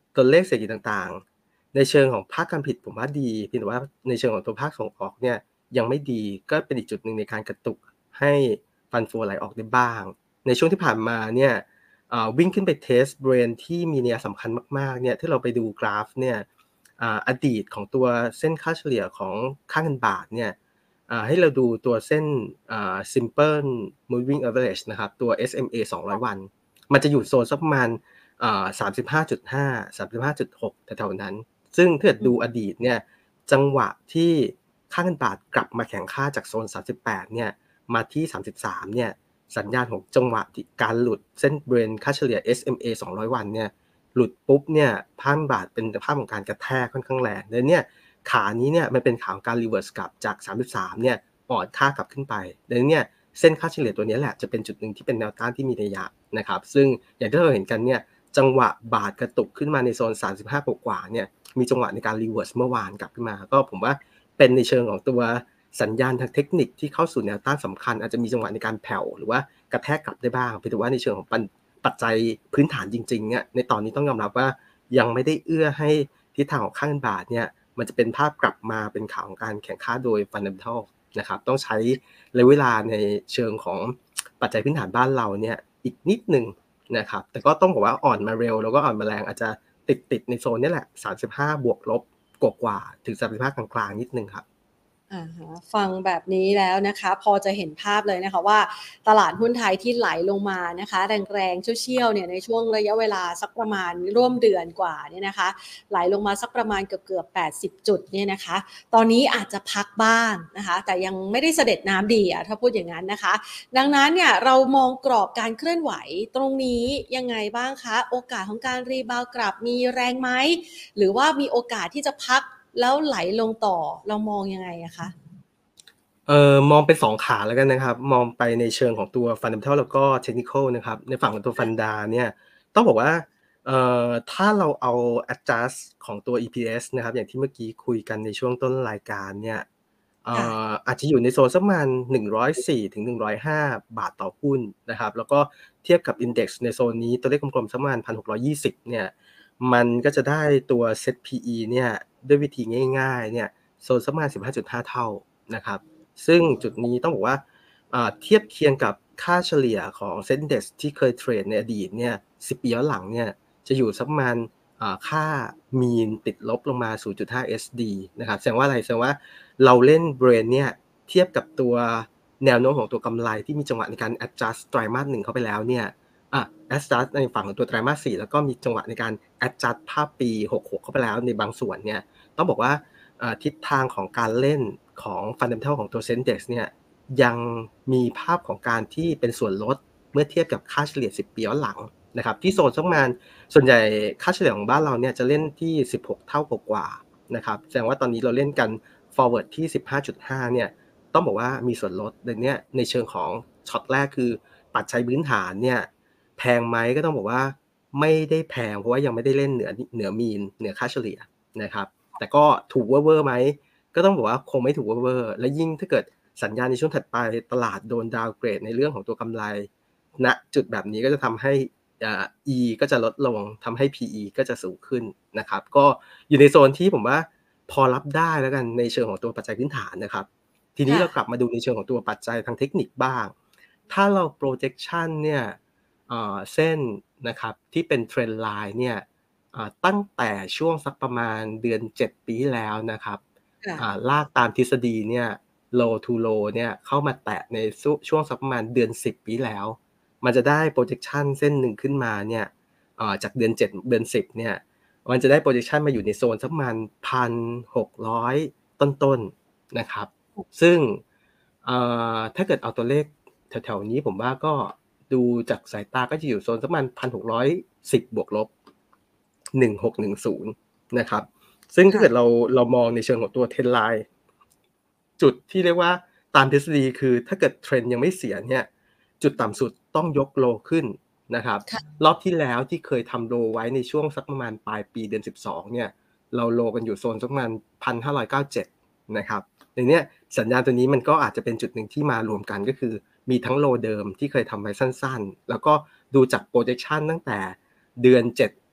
ตัวเลขเศรษฐกิจต่างๆในเชิงของภาคการผลิตผมว่าดีเพียงแต่ว่าในเชิงของตัวภาคส่งออกเนี่ยยังไม่ดีก็เป็นอีกจุดหนึ่งในการกระตุกให้ฟันโฟไหลออกได้บ้างในช่วงที่ผ่านมาเนี่ยอ่าวิ่งขึ้นไปเทสต์บริเวณที่มีนัยสำคัญมากๆเนี่ยที่เราไปดูกราฟเนี่ยอ่าอดีตของตัวเส้นค่าเฉลี่ยของค่าเงินบาทเนี่ยอ่าให้เราดูตัวเส้นอ่า Simple Moving Average นะครับตัว เอส เอ็ม เอ สองร้อยวันมันจะอยู่โซนสักประมาณอ่า สามสิบห้าจุดห้า สามสิบห้าจุดหก แถวๆนั้นซึ่งถ้าเกิดดูอดีตเนี่ยจังหวะที่ค่าเงินบาทกลับมาแข็งค่าจากโซนสามสิบแปดเนี่ยมาที่สามสิบสามเนี่ยสัญญาณของจังหวะการหลุดเส้นบริเวณค่าเฉลี่ย เอส เอ็ม เอ สองร้อยวันเนี่ยหลุดปุ๊บเนี่ยภาพบาทเป็นภาพของการกระแทกค่อนข้างแรงแล้วเนี่ยขานี้เนี่ยมันเป็นขาของการรีเวิร์สกลับจากสามสิบสามเนี่ยอ่อนค่ากลับขึ้นไปดังนั้นเนี่ยเส้นค่าเฉลี่ยตัวนี้แหละจะเป็นจุดหนึ่งที่เป็นแนวต้านที่มีนัยยะนะครับซึ่งอย่างที่เราเห็นกันเนี่ยจังหวะบาทกระตุกขึ้นมาในโซนสามสิบห้ากว่าๆเนี่ยมีจังหวะในการรีเวิร์สเมื่อวานกลับขึ้นมาก็ผมว่าเป็นในเชิงของตัวสัญญาณทางเทคนิคที่เข้าสู่แนวต้านสำคัญอาจจะมีจังหวะในการแผ่วหรือว่ากระแทกกลับได้บ้างเพียงแต่ว่าในเชิงของปัจจัยพื้นฐานจริงๆเนี่ยในตอนนี้ต้องยอมรับว่ายังไม่ได้เอื้อให้ทิศทางของค่าเงินบาทเนี่ยมันจะเป็นภาพกลับมาเป็นข่าวของการแข่งข้าโดย fundamental นะครับต้องใช้ระยะเวลาในเชิงของปัจจัยพื้นฐานบ้านเราเนี่ยอีกนิดนึงนะครับแต่ก็ต้องบอกว่าอ่อนมาเร็วแล้วก็อ่อนมาแรงอาจจะติดติดในโซนนี้แหละสามสิบห้าบวกลบกว่าๆถึงสามสิบห้ากลางๆนิดนึงครับอ่าฮะฟังแบบนี้แล้วนะคะพอจะเห็นภาพเลยนะคะว่าตลาดหุ้นไทยที่ไหลลงมานะคะแรงๆเชี่ยวๆเนี่ยในช่วงระยะเวลาสักประมาณร่วมเดือนกว่าเนี่ยนะคะไหลลงมาสักประมาณเกือบๆแปดสิบจุดเนี่ยนะคะตอนนี้อาจจะพักบ้างนะคะแต่ยังไม่ได้เสด็จน้ำดีอะถ้าพูดอย่างนั้นนะคะดังนั้นเนี่ยเรามองกรอบการเคลื่อนไหวตรงนี้ยังไงบ้างคะโอกาสของการรีบาวกลับมีแรงไหมหรือว่ามีโอกาสที่จะพักแล้วไหลลงต่อเรามองยังไงอะคะเอ่อมองเป็นสองขาแล้วกันนะครับมองไปในเชิงของตัว fundamental แล้วก็ technical นะครับในฝั่งของตัว Funda เนี่ยต้องบอกว่าเอ่อถ้าเราเอา adjust ของตัว อี พี เอส นะครับอย่างที่เมื่อกี้คุยกันในช่วงต้นรายการเนี่ยเอ่ค่ะออาจจะอยู่ในโซนสักประมาณหนึ่งร้อยสี่ถึงหนึ่งร้อยห้าบาทต่อหุ้นนะครับแล้วก็เทียบกับ index ในโซนนี้ตัวเลขกลมๆสักประมาณหนึ่งพันหกร้อยยี่สิบเนี่ยมันก็จะได้ตัว เซ็ต พี อี เนี่ยด้วยวิธีง่ายๆเนี่ยโซนสักประมาณ สิบห้าจุดห้า เท่านะครับซึ่งจุดนี้ต้องบอกว่าอ่าเทียบเคียงกับค่าเฉลี่ยของ เซ็ต Index ที่เคยเทรดในอดีตเนี่ยสิบปีย้อนหลังเนี่ยจะอยู่สักประมาณอ่าค่า mean ติดลบลงมา ศูนย์จุดห้า เอส ดี นะครับแสดงว่าอะไรแสดงว่าเราเล่น Brain เนี่ยเทียบกับตัวแนวโน้มของตัวกำไรที่มีจังหวะในการ adjust ไตรมาสหนึ่งเข้าไปแล้วเนี่ยอ่ะ adjust ในฝั่งของตัวไตรมาสสี่แล้วก็มีจังหวะในการ adjust ภาพปีหกสิบหกเข้าไปแล้วในบางส่วนเนี่ยต้องบอกว่าอ่าทิศทางของการเล่นของ fundamental ของตัว Sendex เนี่ยยังมีภาพของการที่เป็นส่วนลดเมื่อเทียบกับค่าเฉลี่ยสิบปีย้อนหลังนะครับที่โซนสักประมาณส่วนใหญ่ค่าเฉลี่ยของบ้านเราเนี่ยจะเล่นที่สิบหกเท่ากว่าๆนะครับแสดงว่าตอนนี้เราเล่นกัน forward ที่ สิบห้าจุดห้า เนี่ยต้องบอกว่ามีส่วนลดในเนี้ยในเชิงของช็อตแรกคือปัจจัยพื้นฐานเนี่ยแพงไหมก็ต้องบอกว่าไม่ได้แพงเพราะว่ายังไม่ได้เล่นเหนือเหนือมีนเหนือค่าเฉลี่ยนะครับแต่ก็ถูกเวอร์ๆไหม ก็ต้องบอกว่าคงไม่ถูกเวอร์และยิ่งถ้าเกิดสัญญาณในช่วงถัดไปตลาดโดนดาวเกรดในเรื่องของตัวกำไรณจุดแบบนี้ก็จะทำให้อ่า E ก็จะลดลงทำให้ พี อี ก็จะสูงขึ้นนะครับก็อยู่ในโซนที่ผมว่าพอรับได้แล้วกันในเชิงของตัวปัจจัยพื้นฐานนะครับทีนี้ค่ะเรากลับมาดูในเชิงของตัวปัจจัยทางเทคนิคบ้างถ้าเรา projection เนี่ยเอ่อเส้นนะครับที่เป็น trend line เนี่ยอ่าตั้งแต่ช่วงสักประมาณเดือนเจ็ดปีที่แล้วนะครับค่ะอ่าลากตามทฤษฎีเนี่ย low to low เนี่ยเข้ามาแตะในซุช่วงสักประมาณเดือนสิบปีที่แล้วมันจะได้ projection เส้นหนึ่งขึ้นมาเนี่ยอ่าจากเดือนเจ็ดเดือนสิบเนี่ยมันจะได้ projection มาอยู่ในโซนสักประมาณ หนึ่งพันหกร้อย ต้นๆนะครับซึ่งอ่าถ้าเกิดเอาตัวเลขแถวๆนี้ผมว่าก็ดูจากสายตาก็จะอยู่โซนสักประมาณ หนึ่งพันหกร้อยสิบ บวกลบหนึ่งพันหกร้อยสิบนะครับ ซึ่งถ้าค่ะเกิดเราเรามองในเชิงของตัว trend line จุดที่เรียกว่าตามทฤษฎีคือถ้าเกิดเทรนด์ยังไม่เสียเนี่ยจุดต่ำสุดต้องยกโลขึ้นนะครับค่ะรอบที่แล้วที่เคยทำโลไว้ในช่วงสักประมาณปลายปีเดือนสิบสองเนี่ยเราโลกันอยู่โซนสักประมาณ หนึ่งพันห้าร้อยเก้าสิบเจ็ด นะครับในเนี้ยสัญญาณตัวนี้มันก็อาจจะเป็นจุดหนึ่งที่มารวมกันก็คือมีทั้งโลเดิมที่เคยทำไว้สั้นๆแล้วก็ดูจาก projection ตั้งแต่เดือนเจ็ด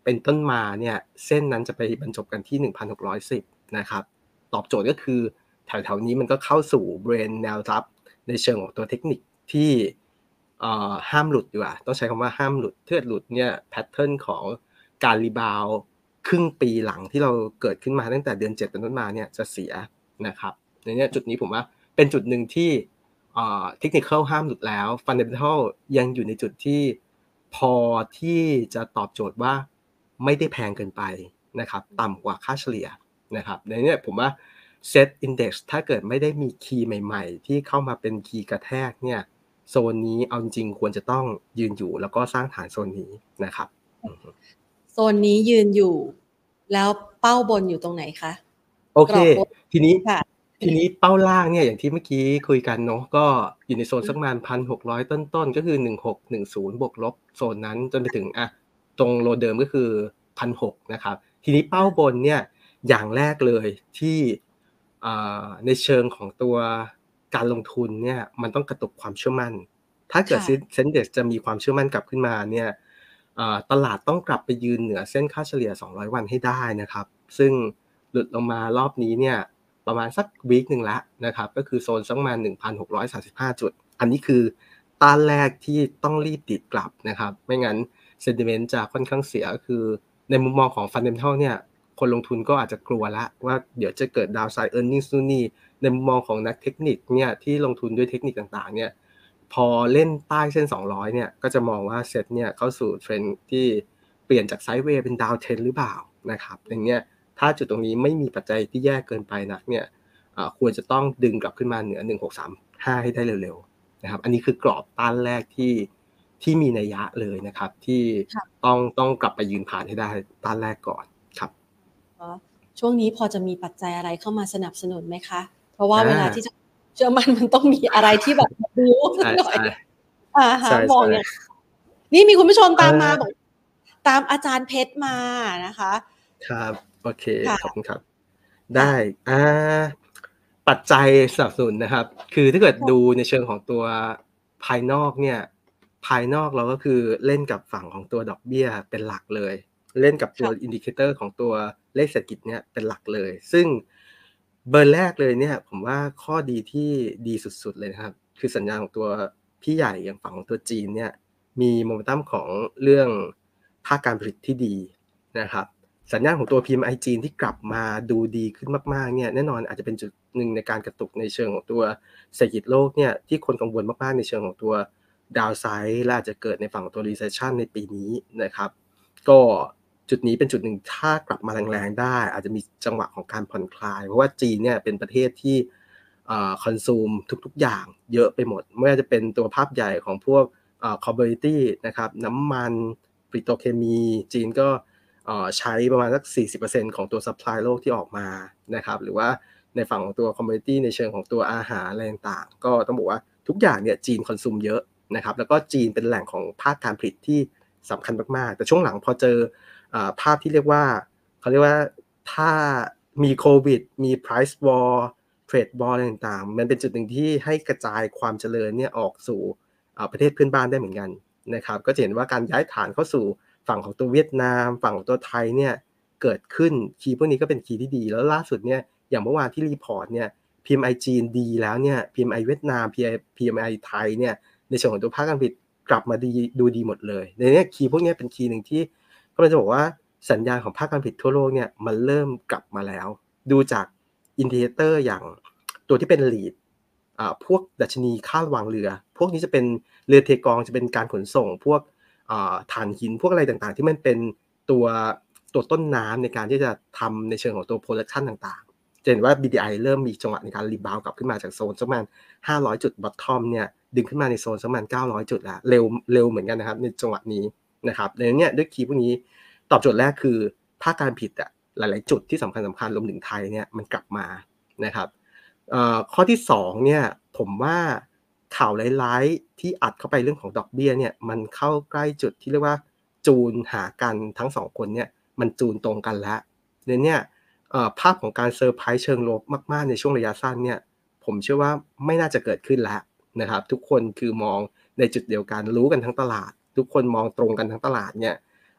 เป็นต้นมาเนี่ยเส้นนั้นจะไปบรรจบกันที่ หนึ่งพันหกร้อยสิบ นะครับตอบโจทย์ก็คือแถวๆนี้มันก็เข้าสู่บริเวณแนวรับในเชิงของตัวเทคนิคที่เอ่อห้ามหลุดดีกว่าต้องใช้คำว่าห้ามหลุดถ้าเกิดหลุดเนี่ยแพตเทิร์นของการรีบาวด์ครึ่งปีหลังที่เราเกิดขึ้นมาตั้งแต่เดือนเจ็ดเป็นต้นมาเนี่ยจะเสียนะครับในเนี้ยจุดนี้ผมว่าเป็นจุดหนึ่งที่เอ่อเทคนิคห้ามหลุดแล้ว Fundamental ยังอยู่ในจุดที่พอที่จะตอบโจทย์ว่าไม่ได้แพงเกินไปนะครับต่ำกว่าค่าเฉลี่ยนะครับในเนี้ยผมว่า Set Index ถ้าเกิดไม่ได้มีคีย์ใหม่ๆที่เข้ามาเป็นคีย์กระแทกเนี่ยโซนนี้เอาจริงๆควรจะต้องยืนอยู่แล้วก็สร้างฐานโซนนี้นะครับโซนนี้ยืนอยู่แล้วเป้าบนอยู่ตรงไหนคะโอเคทีนี้ค่ะทีนี้เป้าล่างเนี่ยอย่างที่เมื่อกี้คุยกันเนาะก็อยู่ในโซนสักประมาณ หนึ่งพันหกร้อย ต้นๆก็คือหนึ่งพันหกร้อยสิบ บวกลบโซนนั้นจนไปถึงอะตรงโลเดิมก็คือ หนึ่งพันหกร้อย นะครับทีนี้เป้าบนเนี่ยอย่างแรกเลยที่อ่าในเชิงของตัวการลงทุนเนี่ยมันต้องกระตุกความเชื่อมั่นถ้าเกิดเซ็นเด็กจะมีความเชื่อมั่นกลับขึ้นมาเนี่ยตลาดต้องกลับไปยืนเหนือเส้นค่าเฉลี่ยสองร้อยวันให้ได้นะครับซึ่งหลุดลงมารอบนี้เนี่ยประมาณสักวีคนึงแล้วนะครับก็คือโซนสักประมาณ หนึ่งพันหกร้อยสามสิบห้า จุดอันนี้คือต้านแรกที่ต้องรีบดีดกลับนะครับไม่งั้น sentiment จะค่อนข้างเสียคือในมุมมองของ fundamental เนี่ยคนลงทุนก็อาจจะกลัวแล้วว่าเดี๋ยวจะเกิด downside earnings นู่นนี่ในมุมมองของนักเทคนิคเนี่ยที่ลงทุนด้วยเทคนิคต่างๆเนี่ยพอเล่นใต้เส้นสองร้อยเนี่ยก็จะมองว่าเซ็ตเนี่ยเข้าสู่เทรนด์ที่เปลี่ยนจากไซด์เวย์เป็นดาวเทรนด์หรือเปล่านะครับอย่างเงี้ยถ้าจุดตรงนี้ไม่มีปัจจัยที่แย่เกินไปนักเนี่ยควรจะต้องดึงกลับขึ้นมาเหนือหนึ่งพันหกร้อยสามสิบห้าให้ได้เร็วๆนะครับอันนี้คือกรอบต้านแรกที่ที่มีนัยยะเลยนะครับที่ต้องต้องกลับไปยืนผ่านให้ได้ต้านแรกก่อนครับช่วงนี้พอจะมีปัจจัยอะไรเข้ามาสนับสนุนไหมคะเพราะว่าเวลาที่จะเชื่อมั่นมันต้องมีอะไรที่แบบบิ้วสักหน่อยอ่าฮะมองอย่างนี่มีคุณผู้ชมตามมาบอกตามอาจารย์เพชรมานะคะครับโอเคขอบคุณครับได้อ่าปัจจัยสนับสนุนนะครับคือถ้าเกิดดูในเชิงของตัวภายนอกเนี่ยภายนอกเราก็คือเล่นกับฝั่งของตัวดอกเบี้ยเป็นหลักเลยเล่นกับตัวอินดิเคเตอร์ของตัวเลขเศรษฐกิจเนี่ยเป็นหลักเลยซึ่งเบอร์แรกเลยเนี่ยผมว่าข้อดีที่ดีสุดๆเลยนะครับคือสัญญาณของตัวพี่ใหญ่อย่างฝั่งของตัวจีนเนี่ยมีโมเมนตัมของเรื่องภาคการผลิตที่ดีนะครับสัญญาณของตัว พี เอ็ม ไอ จีนที่กลับมาดูดีขึ้นมากๆเนี่ยแน่นอนอาจจะเป็นจุดหนึ่งในการกระตุกในเชิงของตัวเศรษฐกิจโลกเนี่ยที่คนกังวลมากๆในเชิงของตัวดาวไซด์และอาจจะเกิดในฝั่งของตัว recession ในปีนี้นะครับก็จุดนี้เป็นจุดหนึ่งถ้ากลับมาแรงๆได้อาจจะมีจังหวะของการผ่อนคลายเพราะว่าจีนเนี่ยเป็นประเทศที่คอนซูมทุกๆอย่างเยอะไปหมดไม่ว่าจะเป็นตัวภาพใหญ่ของพวกคอมโมดิตี้นะครับน้ำมันปิโตรเคมีจีนก็ใช้ประมาณสัก สี่สิบเปอร์เซ็นต์ ของตัวซัพพลายโลกที่ออกมานะครับหรือว่าในฝั่งของตัวคอมโมดิตี้ในเชิงของตัวอาหารอะไรต่างๆก็ต้องบอกว่าทุกอย่างเนี่ยจีนคอนซูมเยอะนะครับแล้วก็จีนเป็นแหล่งของภาคการผลิตที่สำคัญมากๆแต่ช่วงหลังพอเจอภาพที่เรียกว่าเขาเรียกว่าถ้ามีโควิดมี price war trade war อะไรต่างๆมันเป็นจุดหนึ่งที่ให้กระจายความเจริญเนี่ยออกสู่ประเทศเพื่อนบ้านได้เหมือนกันนะครับก็จะเห็นว่าการย้ายฐานเข้าสู่ฝั่งของตัวเวียดนามฝั่งของตัวไทยเนี่ยเกิดขึ้นคีย์พวกนี้ก็เป็นคีย์ที่ดีแล้วล่าสุดเนี่ยอย่างเมื่อวานที่รีพอร์ตเนี่ย พี เอ็ม ไอ จีนดีแล้วเนี่ย พี เอ็ม ไอ เวียดนาม พี เอ็ม ไอ ไทยเนี่ยในส่วนของตัวภาคการผลิตกลับมาดีดูดีหมดเลยในนี้คีย์พวกนี้เป็นคีย์หนึ่งที่ก็เลยจะบอกว่าสัญญาณของภาคการผลิตทั่วโลกเนี่ยมันเริ่มกลับมาแล้วดูจากอินดิเคเตอร์อย่างตัวที่เป็น lead อ่าพวกดัชนีค่าระวางเรือพวกนี้จะเป็นเรือเทกองจะเป็นการขนส่งพวกถ่านหินพวกอะไรต่างๆที่มันเป็นตัวตัวต้นน้ำในการที่จะทำในเชิงของตัว production ต่างๆจะเห็นว่า บี ดี ไอ เริ่มมีจังหวะในการรีบาวกลับขึ้นมาจากโซนประมาณห้าร้อยจุด bottom เนี่ยดึงขึ้นมาในโซนประมาณเก้าร้อยจุดแล้วเร็วเร็วเหมือนกันนะครับในจังหวะนี้นะครับในนี้ด้วยคีย์พวกนี้ตอบโจทย์แรกคือภาคการผลิตอ่ะหลายๆจุดที่สำคัญสำคัญรวมถึงไทยเนี่ยมันกลับมานะครับข้อที่สองเนี่ยผมว่าข่าวร้ายๆที่อัดเข้าไปเรื่องของดอกเบี้ยเนี่ยมันเข้าใกล้จุดที่เรียกว่าจูนหากันทั้งสองคนเนี่ยมันจูนตรงกันแล้วเนี่ยเนี่ยภาพของการเซอร์ไพรส์เชิงลบมากๆในช่วงระยะสั้นเนี่ยผมเชื่อว่าไม่น่าจะเกิดขึ้นแล้วนะครับทุกคนคือมองในจุดเดียวกันรู้กันทั้งตลาดทุกคนมองตรงกันทั้งตลาดเนี่ย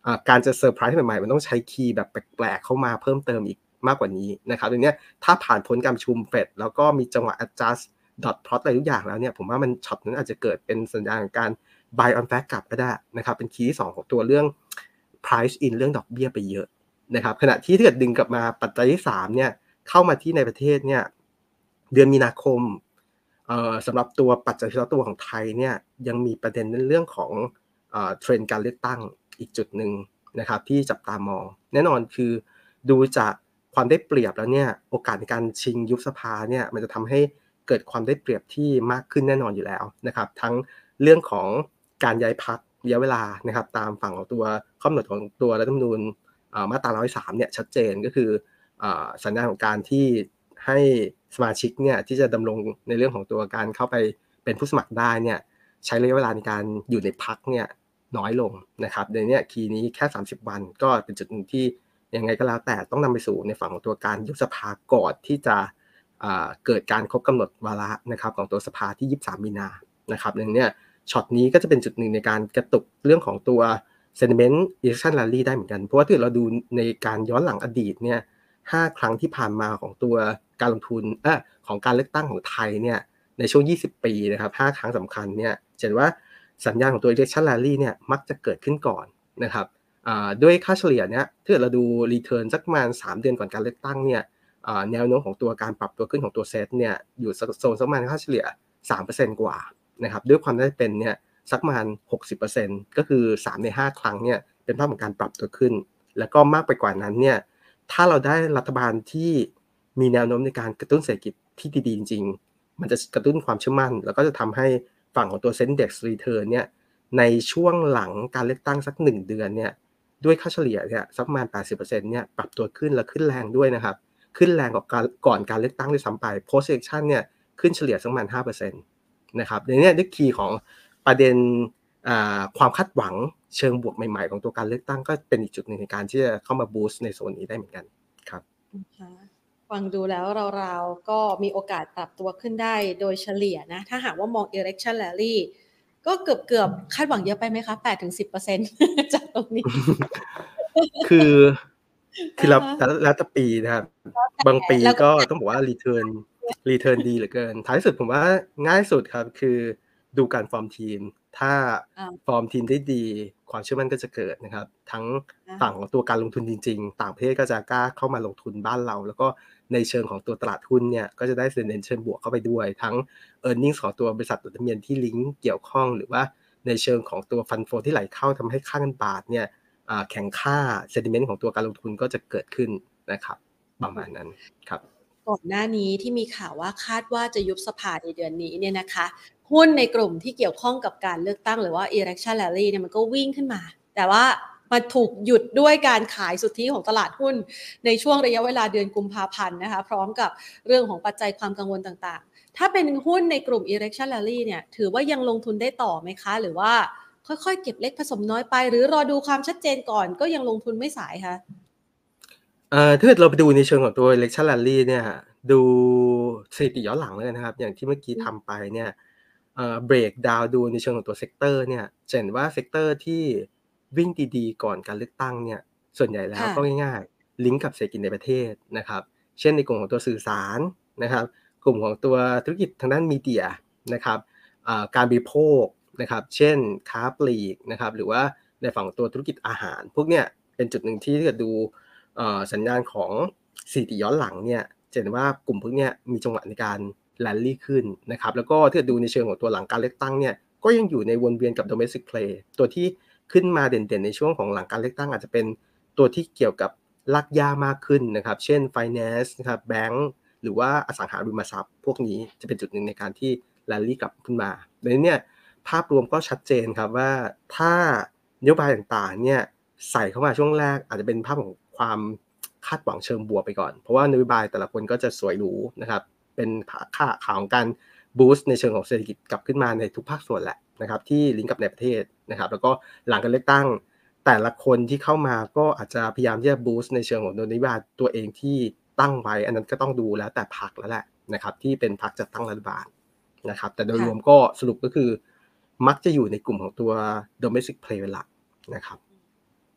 อ่าการจะเซอร์ไพรส์ใหม่ๆมันต้องใช้คีย์แบบแปลกๆเข้ามาเพิ่มเติมอีกมากกว่านี้นะครับดังนี้ถ้าผ่านพ้นการประชุม Fed แล้วก็มีจังหวะ adjust dot plot อะไรทุกอย่างแล้วเนี่ยผมว่ามันช็อตนั้นอาจจะเกิดเป็นสัญญาณของการ buy on fact กลับก็ได้นะครับเป็นคีย์ที่สองของตัวเรื่อง price in เรื่องดอกเบี้ยไปเยอะนะครับขณะที่ถ้าเกิดดึงกลับมาปัจจัยที่สามเนี่ยเข้ามาที่ในประเทศเนี่ยเดือนมีนาคมเอ่อสำหรับตัวปัจจัยเฉพาะตัวของไทยเนี่ยยังมีประเด็นในเรื่องของเอ่อเทรนด์การเลือกตั้งอีกจุดหนึ่งนะครับที่จับตามองแน่นอนคือดูจากความได้เปรียบแล้วเนี่ยโอกาสในการชิงยุบสภาเนี่ยมันจะทำให้เกิดความได้เปรียบที่มากขึ้นแน่นอนอยู่แล้วนะครับทั้งเรื่องของการย้ายพรรคระยะเวลานะครับตามฝั่งของตัวข้อกำหนดของตัวรัฐธรรมนูญมาตราหนึ่งร้อยสามเนี่ยชัดเจนก็คือสัญญาณของการที่ให้สมาชิกเนี่ยที่จะดำรงในเรื่องของตัวการเข้าไปเป็นผู้สมัครได้เนี่ยใช้ระยะเวลาในการอยู่ในพรรคเนี่ยน้อยลงนะครับในนี้คีย์นี้แค่สามสิบวันก็เป็นจุดหนึ่งที่ยังไงก็แล้วแต่ต้องนำไปสู่ในฝั่งของตัวการยุบสภาก่อนที่จะเกิดการครบกำหนดวาระนะครับของตัวสภาที่ยี่สิบสามมีนานะครับในนี้ช็อตนี้ก็จะเป็นจุดหนึ่งในการกระตุกเรื่องของตัว sentiment election rally ได้เหมือนกันเพราะว่าถ้าเราดูในการย้อนหลังอดีตเนี่ยห้าครั้งที่ผ่านมาของตัวการลงทุนเอ่อของการเลือกตั้งของไทยเนี่ยในช่วงยี่สิบปีนะครับห้าครั้งสำคัญเนี่ยเห็นว่าสัญญาณของตัว election rally เนี่ยมักจะเกิดขึ้นก่อนนะครับด้วยค่าเฉลี่ยเนี่ยถ้าเราดู return สักประมาณสามเดือนก่อนการเลือกตั้งเนี่ยแนวโน้มของตัวการปรับตัวขึ้นของตัวเซตเนี่ยอยู่โซนสักประมาณค่าเฉลี่ย สามเปอร์เซ็นต์ กว่านะครับด้วยความได้เป็นเนี่ยสักประมาณ หกสิบเปอร์เซ็นต์ ก็คือสามในห้าครั้งเนี่ยเป็นภาพของการปรับตัวขึ้นแล้วก็มากไปกว่านั้นเนี่ยถ้าเราได้รัฐบาลที่มีแนวโน้มในการกระตุ้นเศรษฐกิจที่ดีๆจริงๆมันจะกระตุ้นความเชื่อมั่นแล้วก็จะทำให้ฝั่งของตัว Sendex Return เนี่ยในช่วงหลังการเลือกตั้งสักหนึ่งเดือนเนี่ยด้วยค่าเฉลี่ยเนี่ยสักประมาณ แปดสิบเปอร์เซ็นต์ เนี่ยปรับตัวขึ้นและขึ้นแรงด้วยนะครับขึ้นแรงกว่าการก่อนการเลือกตั้งด้วยซ้ำไป post election เนี่ยขึ้นเฉลี่ยสักประมาณ ห้าเปอร์เซ็นต์ นะครับในนี้ด้วยคีย์ของประเด็นความคาดหวังเชิงบวกใหม่ๆของตัวการเลือกตั้งก็เป็นอีกจุดหนึ่งในการที่จะเข้ามาบูสต์ในโซนนี้ได้เหมือนกันครับฟังดูแล้วเราๆก็มีโอกาสปรับตัวขึ้นได้โดยเฉลี่ยนะถ้าหากว่ามอง election rally ก็เกือบๆคาดหวังเยอะไปไหมคะ แปดถึงสิบเปอร์เซ็นต์ จากตรงนี้คือคือแล้วแล้วแต่ปีนะครับบางปีก็ต้องบอกว่า return return ดีเหลือเกินท้ายสุดผมว่าง่ายสุดครับคือดูการฟอร์มทีมถ้าฟอร์มทีมได้ดีความเชื่อมั่นก็จะเกิดนะครับทั้งฝั่งของตัวการลงทุนจริงๆต่างประเทศก็จะกล้าเข้ามาลงทุนบ้านเราแล้วก็ในเชิงของตัวตลาดหุ้นเนี่ยก็จะได้เซ็นเชิงบวกเข้าไปด้วยทั้ง earnings ของตัวบริษัทจดทะเบียนที่ลิงก์เกี่ยวข้องหรือว่าในเชิงของตัวฟันโฟที่ไหลเข้าทำให้ค่าเงินบาทเนี่ยแข็งค่า sentiment ของตัวการลงทุนก็จะเกิดขึ้นนะครับประมาณนั้นครับก่อนหน้านี้ที่มีข่าวว่าคาดว่าจะยุบสภาในเดือนนี้เนี่ยนะคะหุ้นในกลุ่มที่เกี่ยวข้องกับการเลือกตั้งหรือว่า election rally เนี่ยมันก็วิ่งขึ้นมาแต่ว่ามันถูกหยุดด้วยการขายสุทธิของตลาดหุ้นในช่วงระยะเวลาเดือนกุมภาพันธ์นะคะพร้อมกับเรื่องของปัจจัยความกังวลต่างๆถ้าเป็นหุ้นในกลุ่ม election rally เนี่ยถือว่ายังลงทุนได้ต่อไหมคะหรือว่าค่อยๆเก็บเล็กผสมน้อยไปหรือรอดูความชัดเจนก่อนก็ยังลงทุนไม่สายคะเอ่อถ้าเกิดเราไปดูในเชิงของตัว election rally เนี่ยดูสถิติย้อนหลังเลยนะครับอย่างที่เมื่อกี้ทำไปเนี่ยเอ่อ break down ดูในเชิงของตัวเซกเตอร์เนี่ยจะเห็นว่าเซกเตอร์ที่วิ่งดีๆก่อนการเลือกตั้งเนี่ยส่วนใหญ่แล้วก็ง่ายๆลิงก์กับเศรษฐกิจในประเทศนะครับเช่นในกลุ่มของตัวสื่อสารนะครับกลุ่มของตัวธุรกิจทางด้านมีเดียนะครับการบริโภคนะครับเช่นค้าปลีกนะครับหรือว่าในฝั่งตัวธุรกิจอาหารพวกเนี้ยเป็นจุดหนึ่งที่ถ้าเกิดดูสัญญาณของสถิติย้อนหลังเนี่ยจะเห็นว่ากลุ่มพวกนี้มีจังหวะในการแลนลี่ขึ้นนะครับแล้วก็ถ้าดูในเชิงของตัวหลังการเลือกตั้งเนี่ยก็ยังอยู่ในวนเวียนกับ domestic play ตัวที่ขึ้นมาเด่นๆในช่วงของหลังการเลือกตั้งอาจจะเป็นตัวที่เกี่ยวกับลักย่ามากขึ้นนะครับเช่น finance นะครับ bank หรือว่าอสังหาริมทรัพย์พวกนี้จะเป็นจุดหนึ่งในการที่แลนลี่กลับขึ้นมาดังนั้นเนี่ยภาพรวมก็ชัดเจนครับว่าถ้านโยบายต่างๆเนี่ยใส่เข้ามาช่วงแรกอาจจะเป็นภาพของความคาดหวังเชิงบวกไปก่อนเพราะว่านโยบายแต่ละคนก็จะสวยหรูนะครับเป็นค่าข่าวของการบูสต์ในเชิงของเศรษฐกิจกลับขึ้นมาในทุกภาคส่วนแหละนะครับที่ลิงก์กับในประเทศนะครับแล้วก็หลังการเลือกตั้งแต่ละคนที่เข้ามาก็อาจจะพยายามที่จะบูสต์ในเชิงของนโยบายตัวเองที่ตั้งไว้อันนั้นก็ต้องดูแล้วแต่พรรคแล้วแหละนะครับที่เป็นพรรคจัดตั้งรัฐบาลนะครับแต่โดยรวมก็สรุปก็คือมักจะอยู่ในกลุ่มของตัว domestic play เป็นหลักนะครับ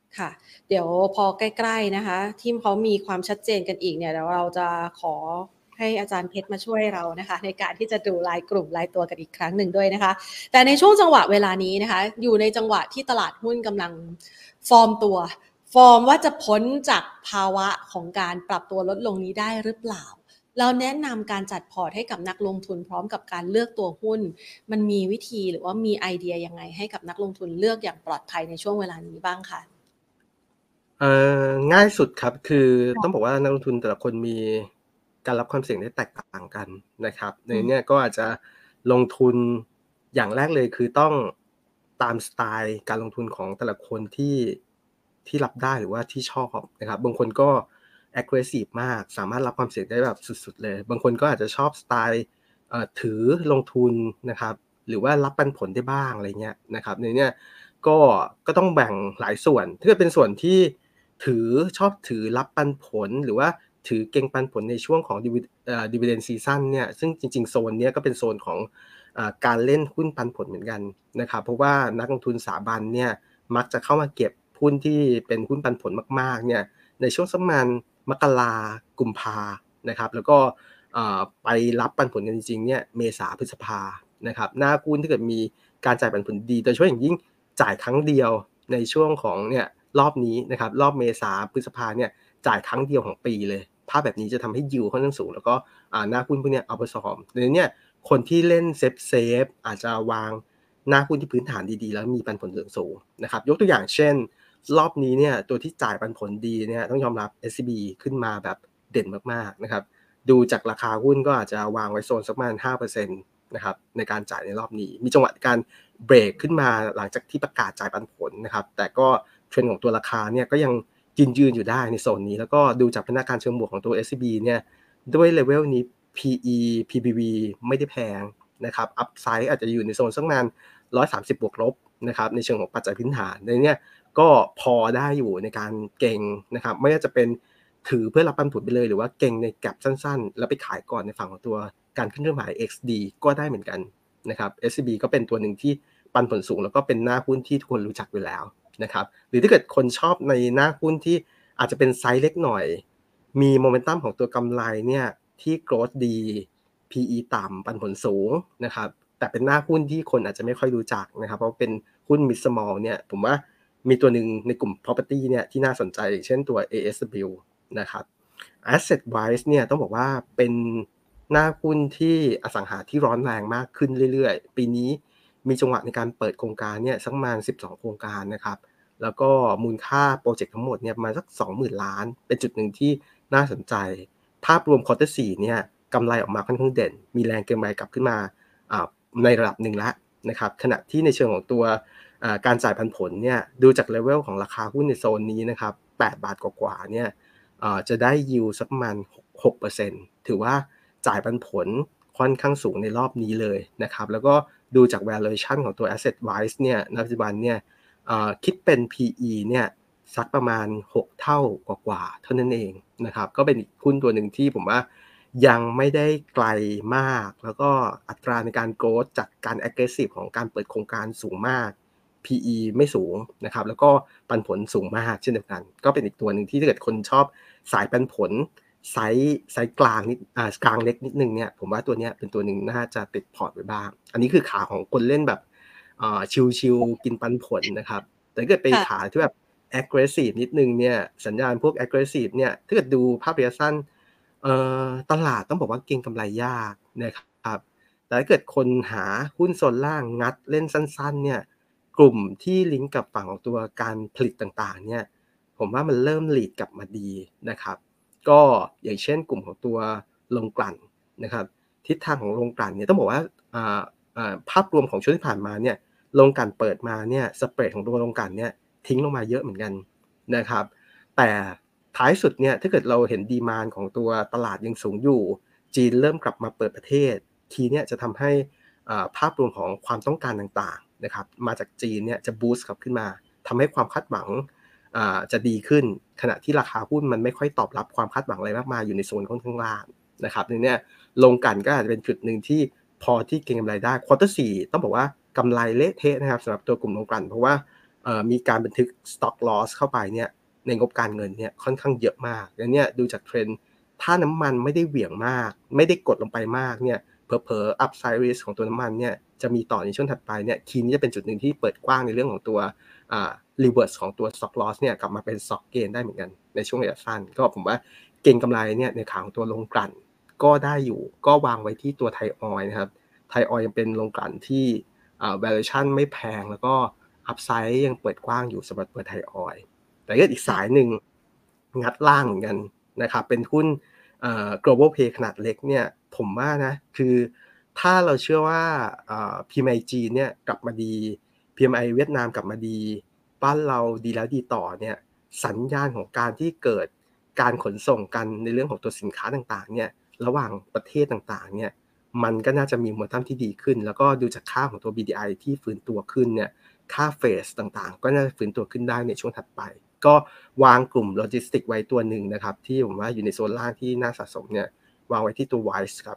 ค่ะ เดี๋ยวพอใกล้ ๆ นะคะ ที่เขามีความชัดเจนกันอีกเนี่ย เดี๋ยวเราจะขอให้อาจารย์เพชรมาช่วยเรานะคะ ในการที่จะดูรายกลุ่มรายตัวกันอีกครั้งหนึ่งด้วยนะคะ แต่ในช่วงจังหวะเวลานี้นะคะ อยู่ในจังหวะที่ตลาดหุ้นกำลังฟอร์มตัว ฟอร์มว่าจะพ้นจากภาวะของการปรับตัวลดลงนี้ได้หรือเปล่า เราแนะนำการจัดพอร์ตให้กับนักลงทุนพร้อมกับการเลือกตัวหุ้น มันมีวิธีหรือว่ามีไอเดียยังไงให้กับนักลงทุนเลือกอย่างปลอดภัยในช่วงเวลานี้บ้างคะ? เอ่อ ง่ายสุดครับ คือค่ต้อะงบอกว่านักลงทุนแต่ละคนมีการรับความเสี่ยงที่แตกต่างกันนะครับ ในอืมเนี้ยก็อาจจะลงทุน อย่างแรกเลยคือต้องตามสไตล์การลงทุนของแต่ละคนที่ ที่รับได้หรือว่าที่ชอบนะครับ บางคนก็ aggressive มาก สามารถรับความเสี่ยงได้แบบสุด ๆ เลย บางคนก็อาจจะชอบสไตล์ เอ่อ ถือลงทุนนะครับ หรือว่ารับปันผลได้บ้าง อะไรเงี้ยนะครับ ในเนี้ยก็ ก็ต้องแบ่งหลายส่วน ถ้าเกิดเป็นส่วนที่ถือ ชอบถือรับปันผล หรือว่าถือเก็งปันผลในช่วงของ Divi เอ่อ Dividend Season เนี่ย ซึ่งจริง ๆ โซนเนี้ยก็เป็นโซนของ อ่า การเล่นหุ้นปันผลเหมือนกันนะครับ เพราะว่านักลงทุนสถาบันเนี่ยมักจะเข้ามาเก็บหุ้นที่เป็นหุ้นปันผลมาก ๆ เนี่ยในช่วงสักประมาณมกรา กุมภานะครับ แล้วก็ อ่า ไปรับปันผลกันจริง ๆ เนี่ยเมษา พฤษภานะครับ หน้าหุ้นถ้าเกิดมีการจ่ายปันผลดี โดยเฉพาะอย่างยิ่งจ่ายครั้งเดียวในช่วงของเนี่ยรอบนี้นะครับ รอบเมษา พฤษภาเนี่ยจ่ายครั้งเดียวของปีเลย ภาพแบบนี้จะทำให้ yield ค่อนข้างสูง แล้วก็ อ่า หน้าหุ้นพวกเนี้ย outperform ดังนั้นเนี่ยคนที่เล่นเซฟ ๆ อาจจะวางหน้าหุ้นที่พื้นฐานดี ๆ แล้วมีปันผลสูง ๆ นะครับ ยกตัวอย่างเช่น รอบนี้เนี่ยตัวที่จ่ายปันผลดีเนี่ยต้องยอมรับ เอส ซี บี ขึ้นมาแบบเด่นมาก ๆ นะครับ ดูจากราคาหุ้นก็อาจจะวางไว้โซนสักประมาณ ห้าเปอร์เซ็นต์ นะครับในการจ่ายในรอบนี้ มีจังหวะการเบรกขึ้นมาหลังจากที่ประกาศจ่ายปันผลนะครับ แต่ก็ trend ของตัวราคาเนี่ยก็ยังยืน ๆ อยู่ได้ในโซนนี้ แล้วก็ดูจากพัฒนาการเชิงบวกของตัว เอส ซี บี เนี่ยด้วย level นี้ พี อี พี บี วี ไม่ได้แพงนะครับ upside อาจจะอยู่ในโซนสักประมาณ หนึ่งร้อยสามสิบ บวกลบนะครับในเชิงของปัจจัยพื้นฐาน ในเนี้ยก็พอได้อยู่ในการเก็งนะครับ ไม่ว่าจะเป็นถือเพื่อรับปันผลไปเลย หรือว่าเก็งใน gap สั้น ๆ แล้วไปขายก่อนในฝั่งของตัวการขึ้นเครื่องหมาย เอ็กซ์ ดี ก็ได้เหมือนกันนะครับ เอส ซี บี ก็เป็นตัวหนึ่งที่ปันผลสูง แล้วก็เป็นหน้าหุ้นที่ทุกคนรู้จักอยู่แล้วนะครับ หรือถ้าเกิดคนชอบในหน้าหุ้นที่อาจจะเป็นไซซ์เล็กหน่อย มีโมเมนตัมของตัวกำไรเนี่ยที่ growth ดี พี อี ต่ำ ปันผลสูงนะครับ แต่เป็นหน้าหุ้นที่คนอาจจะไม่ค่อยรู้จักนะครับ เพราะเป็นหุ้น Mid Small เนี่ย ผมว่ามีตัวหนึ่งในกลุ่ม Property เนี่ยที่น่าสนใจ อย่างเช่นตัว เอ เอส ดับเบิลยู นะครับ Asset Wise เนี่ยต้องบอกว่าเป็นหน้าหุ้นที่อสังหาที่ร้อนแรงมากขึ้นเรื่อย ๆ ปีนี้มีจังหวะในการเปิดโครงการเนี่ยสักประมาณ สิบสอง โครงการนะครับ แล้วก็มูลค่าพรอเจกต์ทั้งหมดเนี่ยประมาณสัก สองหมื่นล้าน เป็นจุดหนึ่งที่น่าสนใจ ภาพรวม ควอเตอร์ สี่ เนี่ยกำไรออกมาค่อนข้างเด่น มีแรงเก็งกำไรกลับขึ้นมา อ่า ในระดับหนึ่งแล้วนะครับ ขณะที่ในเชิงของตัว อ่า การจ่ายปันผลเนี่ยดูจาก level ของราคาหุ้นในโซนนี้นะครับ แปด บาทกว่า ๆ เนี่ย อ่า จะได้ yield สักประมาณ หกเปอร์เซ็นต์ ถือว่าจ่ายปันผลค่อนข้างสูงในรอบนี้เลยนะครับ แล้วก็ดูจาก valuation ของตัว Asset Wise เนี่ย ณ ปัจจุบันเนี่ย อ่า คิดเป็น พี อี เนี่ยสักประมาณ หก เท่ากว่า ๆ เท่านั้นเองนะครับ ก็เป็นอีกหุ้นตัวหนึ่งที่ผมว่ายังไม่ได้ไกลมาก แล้วก็อัตราในการ growth จากการ aggressive ของการเปิดโครงการสูงมาก พี อี ไม่สูงนะครับ แล้วก็ปันผลสูงมากเช่นเดียวกัน ก็เป็นอีกตัวหนึ่งที่ถ้าเกิดคนชอบสายปันผลไซซ์ ไซซ์กลางนิด อ่า กลางเล็กนิดหนึ่งเนี่ย ผมว่าตัวเนี้ยเป็นตัวหนึ่งน่าจะติดพอร์ตไว้บ้าง อันนี้คือขาของคนเล่นแบบ อ่า ชิล ๆ กินปันผลนะครับ แต่ถ้าเกิดไปค่ะขาที่แบบ aggressive นิดหนึ่งเนี่ย สัญญาณพวก aggressive เนี่ย ถ้าเกิดดูภาพระยะสั้น เอ่อ ตลาดต้องบอกว่าเก็งกำไรยากนะครับ แต่ถ้าเกิดคนหาหุ้นโซนล่างงัดเล่นสั้น ๆ เนี่ย กลุ่มที่ลิงก์กับฝั่งของตัวการผลิตต่าง ๆ เนี่ย ผมว่ามันเริ่ม lead กลับมาดีนะครับ ก็อย่างเช่นกลุ่มของตัวโรงกลั่นนะครับ ทิศทางของโรงกลั่นเนี่ยต้องบอกว่า อ่า อ่า ภาพรวมของช่วงที่ผ่านมาเนี่ย โรงกลั่นเปิดมาเนี่ย สเปรดของตัวโรงกลั่นเนี่ยทิ้งลงมาเยอะเหมือนกันนะครับ แต่ท้ายสุดเนี่ยถ้าเกิดเราเห็น demand ของตัวตลาดยังสูงอยู่ จีนเริ่มกลับมาเปิดประเทศ ทีเนี้ยจะทำให้ อ่า ภาพรวมของความต้องการต่าง ๆ นะครับ มาจากจีนเนี่ยจะ บูสต์ กลับขึ้นมา ทำให้ความคาดหวัง อ่า จะดีขึ้น ขณะที่ราคาหุ้นมันไม่ค่อยตอบรับความคาดหวังอะไรมากมาย อยู่ในโซนค่อนข้างล่างนะครับ ในเนี้ยโรงกลั่นก็อาจจะเป็นจุดหนึ่งที่พอที่เก็งกำไรได้ ควอเตอร์ สี่ ต้องบอกว่ากำไรเละเทะนะครับสำหรับตัวกลุ่มโรงกลั่น เพราะว่าเอ่อมีการบันทึก stock loss เข้าไปเนี่ยในงบการเงินเนี่ยค่อนข้างเยอะมากแล้วเนี่ยดูจากเทรนด์ถ้าน้ำมันไม่ได้เหวี่ยงมากไม่ได้กดลงไปมากเนี่ยเผลอๆ upside risk ของตัวน้ำมันเนี่ยจะมีต่อในช่วงถัดไปเนี่ยคีย์นี้จะเป็นจุดหนึ่งที่เปิดกว้างในเรื่องของตัวอ่า reverse ของตัว stock loss เนี่ยกลับมาเป็น stock gain ได้เหมือนกันในช่วงระยะสั้นก็ผมว่าเก็งกำไรเนี่ยในขาของตัวโรงกลั่นก็ได้อยู่ก็วางไว้ที่ตัวไทยออยล์นะครับไทยออยล์ยังเป็นโรงกลั่นที่อ่า valuation ไม่แพงแล้วก็อัพไซด์ยังเปิดกว้างอยู่สำหรับตัวไทยออยล์แต่ก็อีกสายหนึ่งงัดล่างเหมือนกันนะครับเป็นหุ้นเอ่อ global play ขนาดเล็กเนี่ยผมว่านะคือถ้าเราเชื่อว่าเอ่อ พี เอ็ม ไอ จีนเนี่ยกลับมาดี พี เอ็ม ไอ เวียดนามกลับมาดีบ้านเราดีแล้วดีต่อเนี่ยสัญญาณของการที่เกิดการขนส่งกันในเรื่องของตัวสินค้าต่างๆเนี่ยระหว่างประเทศต่างๆเนี่ยมันก็น่าจะมีโมเมนตัมที่ดีขึ้นแล้วก็ดูจากค่าของตัว บี ดี ไอ ที่ฟื้นตัวขึ้นเนี่ยค่าเฟสต่างๆก็น่าจะฟื้นตัวขึ้นได้ในช่วงถัดไปก็วางกลุ่มโลจิสติกไว้ตัวหนึ่งนะครับที่ผมว่าอยู่ในโซนล่างที่น่าสะสมเนี่ยวางไว้ที่ตัว Wise ครับ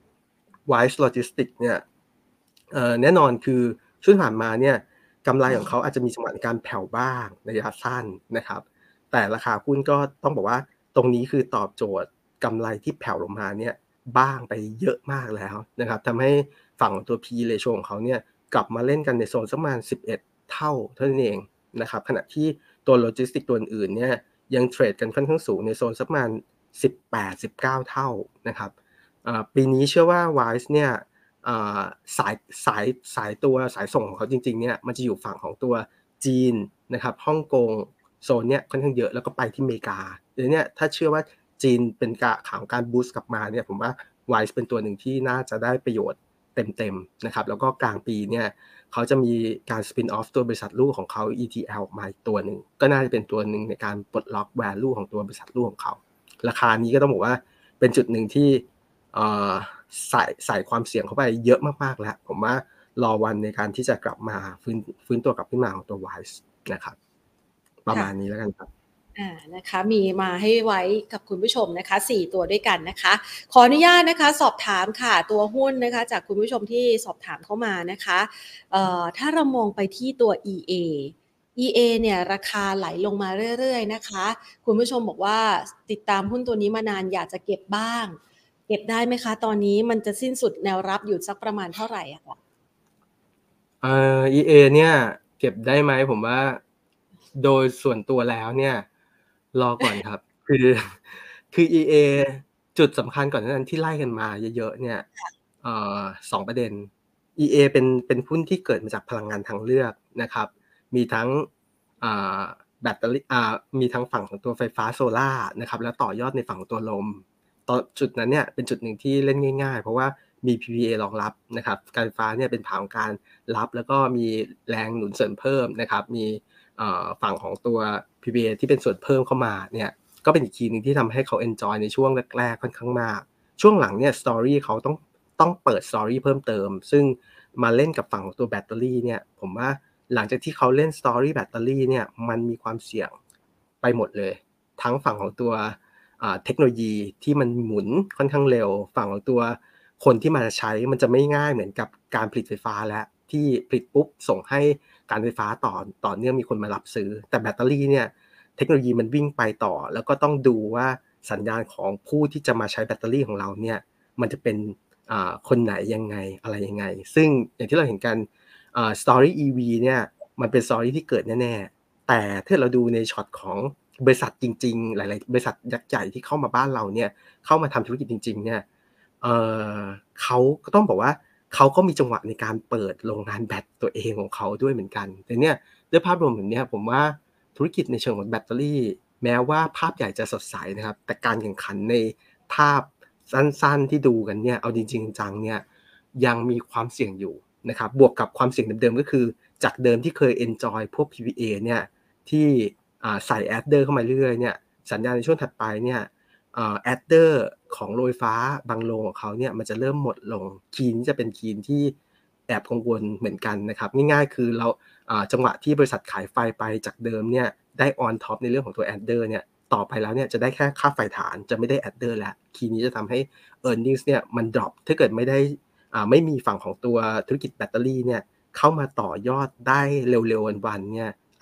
Wise Logistics เนี่ยเอ่อแน่นอนคือช่วงผ่านมาเนี่ยกำไรของเขาอาจจะมีจังหวะในการแผ่วบ้างในระยะสั้นนะครับแต่ราคาหุ้นก็ต้องบอกว่าตรงนี้คือตอบโจทย์กำไรที่แผ่วลงมาเนี่ยบ้างไปเยอะมากแล้วนะครับทำให้ฝั่งของตัว พี ratio ของเขาเนี่ยกลับมาเล่นกันในโซนสักประมาณสิบเอ็ดเท่าเท่านั้นเองนะครับขณะที่ตัวโลจิสติกตัวอื่นๆเนี่ยยังเทรดกันค่อนข้างสูงในโซนสักประมาณสิบแปด สิบเก้าเท่านะครับอ่าปีนี้เชื่อว่า Wise เนี่ยอ่าสายสายสายตัวสายส่งของเขาจริงๆเนี่ยมันจะอยู่ฝั่งของตัวจีนนะครับฮ่องกงโซนเนี้ยค่อนข้างเยอะแล้วก็ไปที่อเมริกาเดี๋ยวเนี้ยถ้าเชื่อว่าจีนเป็นกะข่าวการบูสต์กลับมาเนี่ยผมว่า Wise เป็นตัวหนึ่งที่น่าจะได้ประโยชน์เต็มๆนะครับแล้วก็กลางปีเนี่ยเขาจะมีการ spin off ตัวบริษัทลูกของเขา อี ที แอล ออกมาอีกตัวหนึ่งก็น่าจะเป็นตัวหนึ่งในการปลดล็อก value ของตัวบริษัทลูกของเขาราคานี้ก็ต้องบอกว่าเป็นจุดหนึ่งที่เอ่อใส่ใส่ความเสี่ยงเข้าไปเยอะมากๆแล้วผมว่ารอวันในการที่จะกลับมาฟื้นฟื้นตัวกลับขึ้นมาของตัว Wise นะครับประมาณนี้แล้วกันครับอ่านะคะมีมาให้ไว้กับคุณผู้ชมนะคะสี่ตัวด้วยกันนะคะขออนุญาตนะคะสอบถามค่ะตัวหุ้นนะคะจากคุณผู้ชมที่สอบถามเข้ามานะคะเอ่อถ้าเรามองไปที่ตัว อี เอ อี เอ เนี่ยราคาไหลลงมาเรื่อยๆนะคะคุณผู้ชมบอกว่าติดตามหุ้นตัวนี้มานานอยากจะเก็บบ้างเก็บได้ไหมคะตอนนี้มันจะสิ้นสุดแนวรับอยู่สักประมาณเท่าไหร่อะคะเอ่อ อี เอ เนี่ยเก็บได้ไหมผมว่าโดยส่วนตัวแล้วเนี่ยรอก่อนครับคือคือ อี เอ จุดสำคัญก่อนหน้านั้นที่ไล่กันมาเยอะๆเนี่ยเอ่อสองประเด็น อี เอ เป็นเป็นหุ้นที่เกิดมาจากพลังงานทางเลือกนะครับมีทั้งอ่าแบตเตอรี่อ่ามีทั้งฝั่งของตัวไฟฟ้าโซล่าร์นะครับแล้วต่อยอดในฝั่งของตัวลมตอนจุดนั้นเนี่ยเป็นจุดหนึ่งที่เล่นง่ายๆเพราะว่ามี พี พี เอ รองรับนะครับการไฟฟ้าเนี่ยเป็นฐานของการรับแล้วก็มีแรงหนุนเสริมเพิ่มนะครับมีเอ่อฝั่งของตัว พี พี เอ ที่เป็นส่วนเพิ่มเข้ามาเนี่ยก็เป็นอีกคีย์หนึ่งที่ทำให้เขาเอนจอยในช่วงแรกๆค่อนข้างมากช่วงหลังเนี่ยสตอรี่เขาต้องต้องเปิดสตอรี่เพิ่มเติมซึ่งมาเล่นกับฝั่งของตัวแบตเตอรี่เนี่ยผมว่าหลังจากที่เขาเล่นสตอรี่แบตเตอรี่เนี่ยมันมีความเสี่ยงไปหมดเลยทั้งฝั่งของตัวอ่าเทคโนโลยีที่มันหมุนค่อนข้างเร็วฝั่งของตัวคนที่มาใช้มันจะไม่ง่ายเหมือนกับการผลิตไฟฟ้าแล้วที่ผลิตปุ๊บส่งให้การไฟฟ้าต่อต่อเนื่องมีคนมารับซื้อแต่แบตเตอรี่เนี่ยเทคโนโลยีมันวิ่งไปต่อแล้วก็ต้องดูว่าสัญญาณของผู้ที่จะมาใช้แบตเตอรี่ของเราเนี่ยมันจะเป็นอ่าคนไหนยังไงอะไรยังไงซึ่งอย่างที่เราเห็นกันอ่า Story อี วี เนี่ยมันเป็น Story ที่เกิดแน่ๆแต่ถ้าเราดูในช็อตของบริษัทจริงๆหลายๆบริษัทยักษ์ใหญ่ที่เข้ามาบ้านเราเนี่ยเข้ามาทำธุรกิจจริงๆเนี่ยเอ่อเขาก็ต้องบอกว่าเขาก็มีจังหวะในการเปิดโรงงานแบตตัวเองของเขาด้วยเหมือนกันแต่เนี่ยด้วยภาพรวมแบบเนี้ยผมว่าธุรกิจในเชิงของแบตเตอรี่แม้ว่าภาพใหญ่จะสดใสนะครับแต่การแข่งขันในภาพสั้นๆที่ดูกันเนี่ยเอาจริงๆจังๆเนี่ยยังมีความเสี่ยงอยู่นะครับบวกกับความเสี่ยงเดิมๆก็คือจากเดิมที่เคยเอนจอยพวก พี พี เอ เนี่ยที่อ่าใส่แอดเดอร์เข้ามาเรื่อยๆเนี่ยสัญญาณในช่วงถัดไปเนี่ยอ่าแอดเดอร์ของโรงไฟฟ้าบางโรงของเขาเนี่ยมันจะเริ่มหมดลงคีย์นี้จะเป็นคีย์ที่แอบกังวลเหมือนกันนะครับง่ายๆคือเราอ่าจังหวะที่บริษัทขายไฟไปจากเดิมเนี่ยได้ on top ในเรื่องของตัวแอดเดอร์เนี่ยต่อไปแล้วเนี่ยจะได้แค่ค่าไฟฐานจะไม่ได้แอดเดอร์แล้วคีย์นี้จะทำให้ earnings เนี่ยมันดรอปถ้าเกิดไม่ได้อ่าไม่มีฝั่งของตัวธุรกิจแบตเตอรี่เนี่ยเข้ามาต่อยอดได้เร็วๆวันๆเนี่ย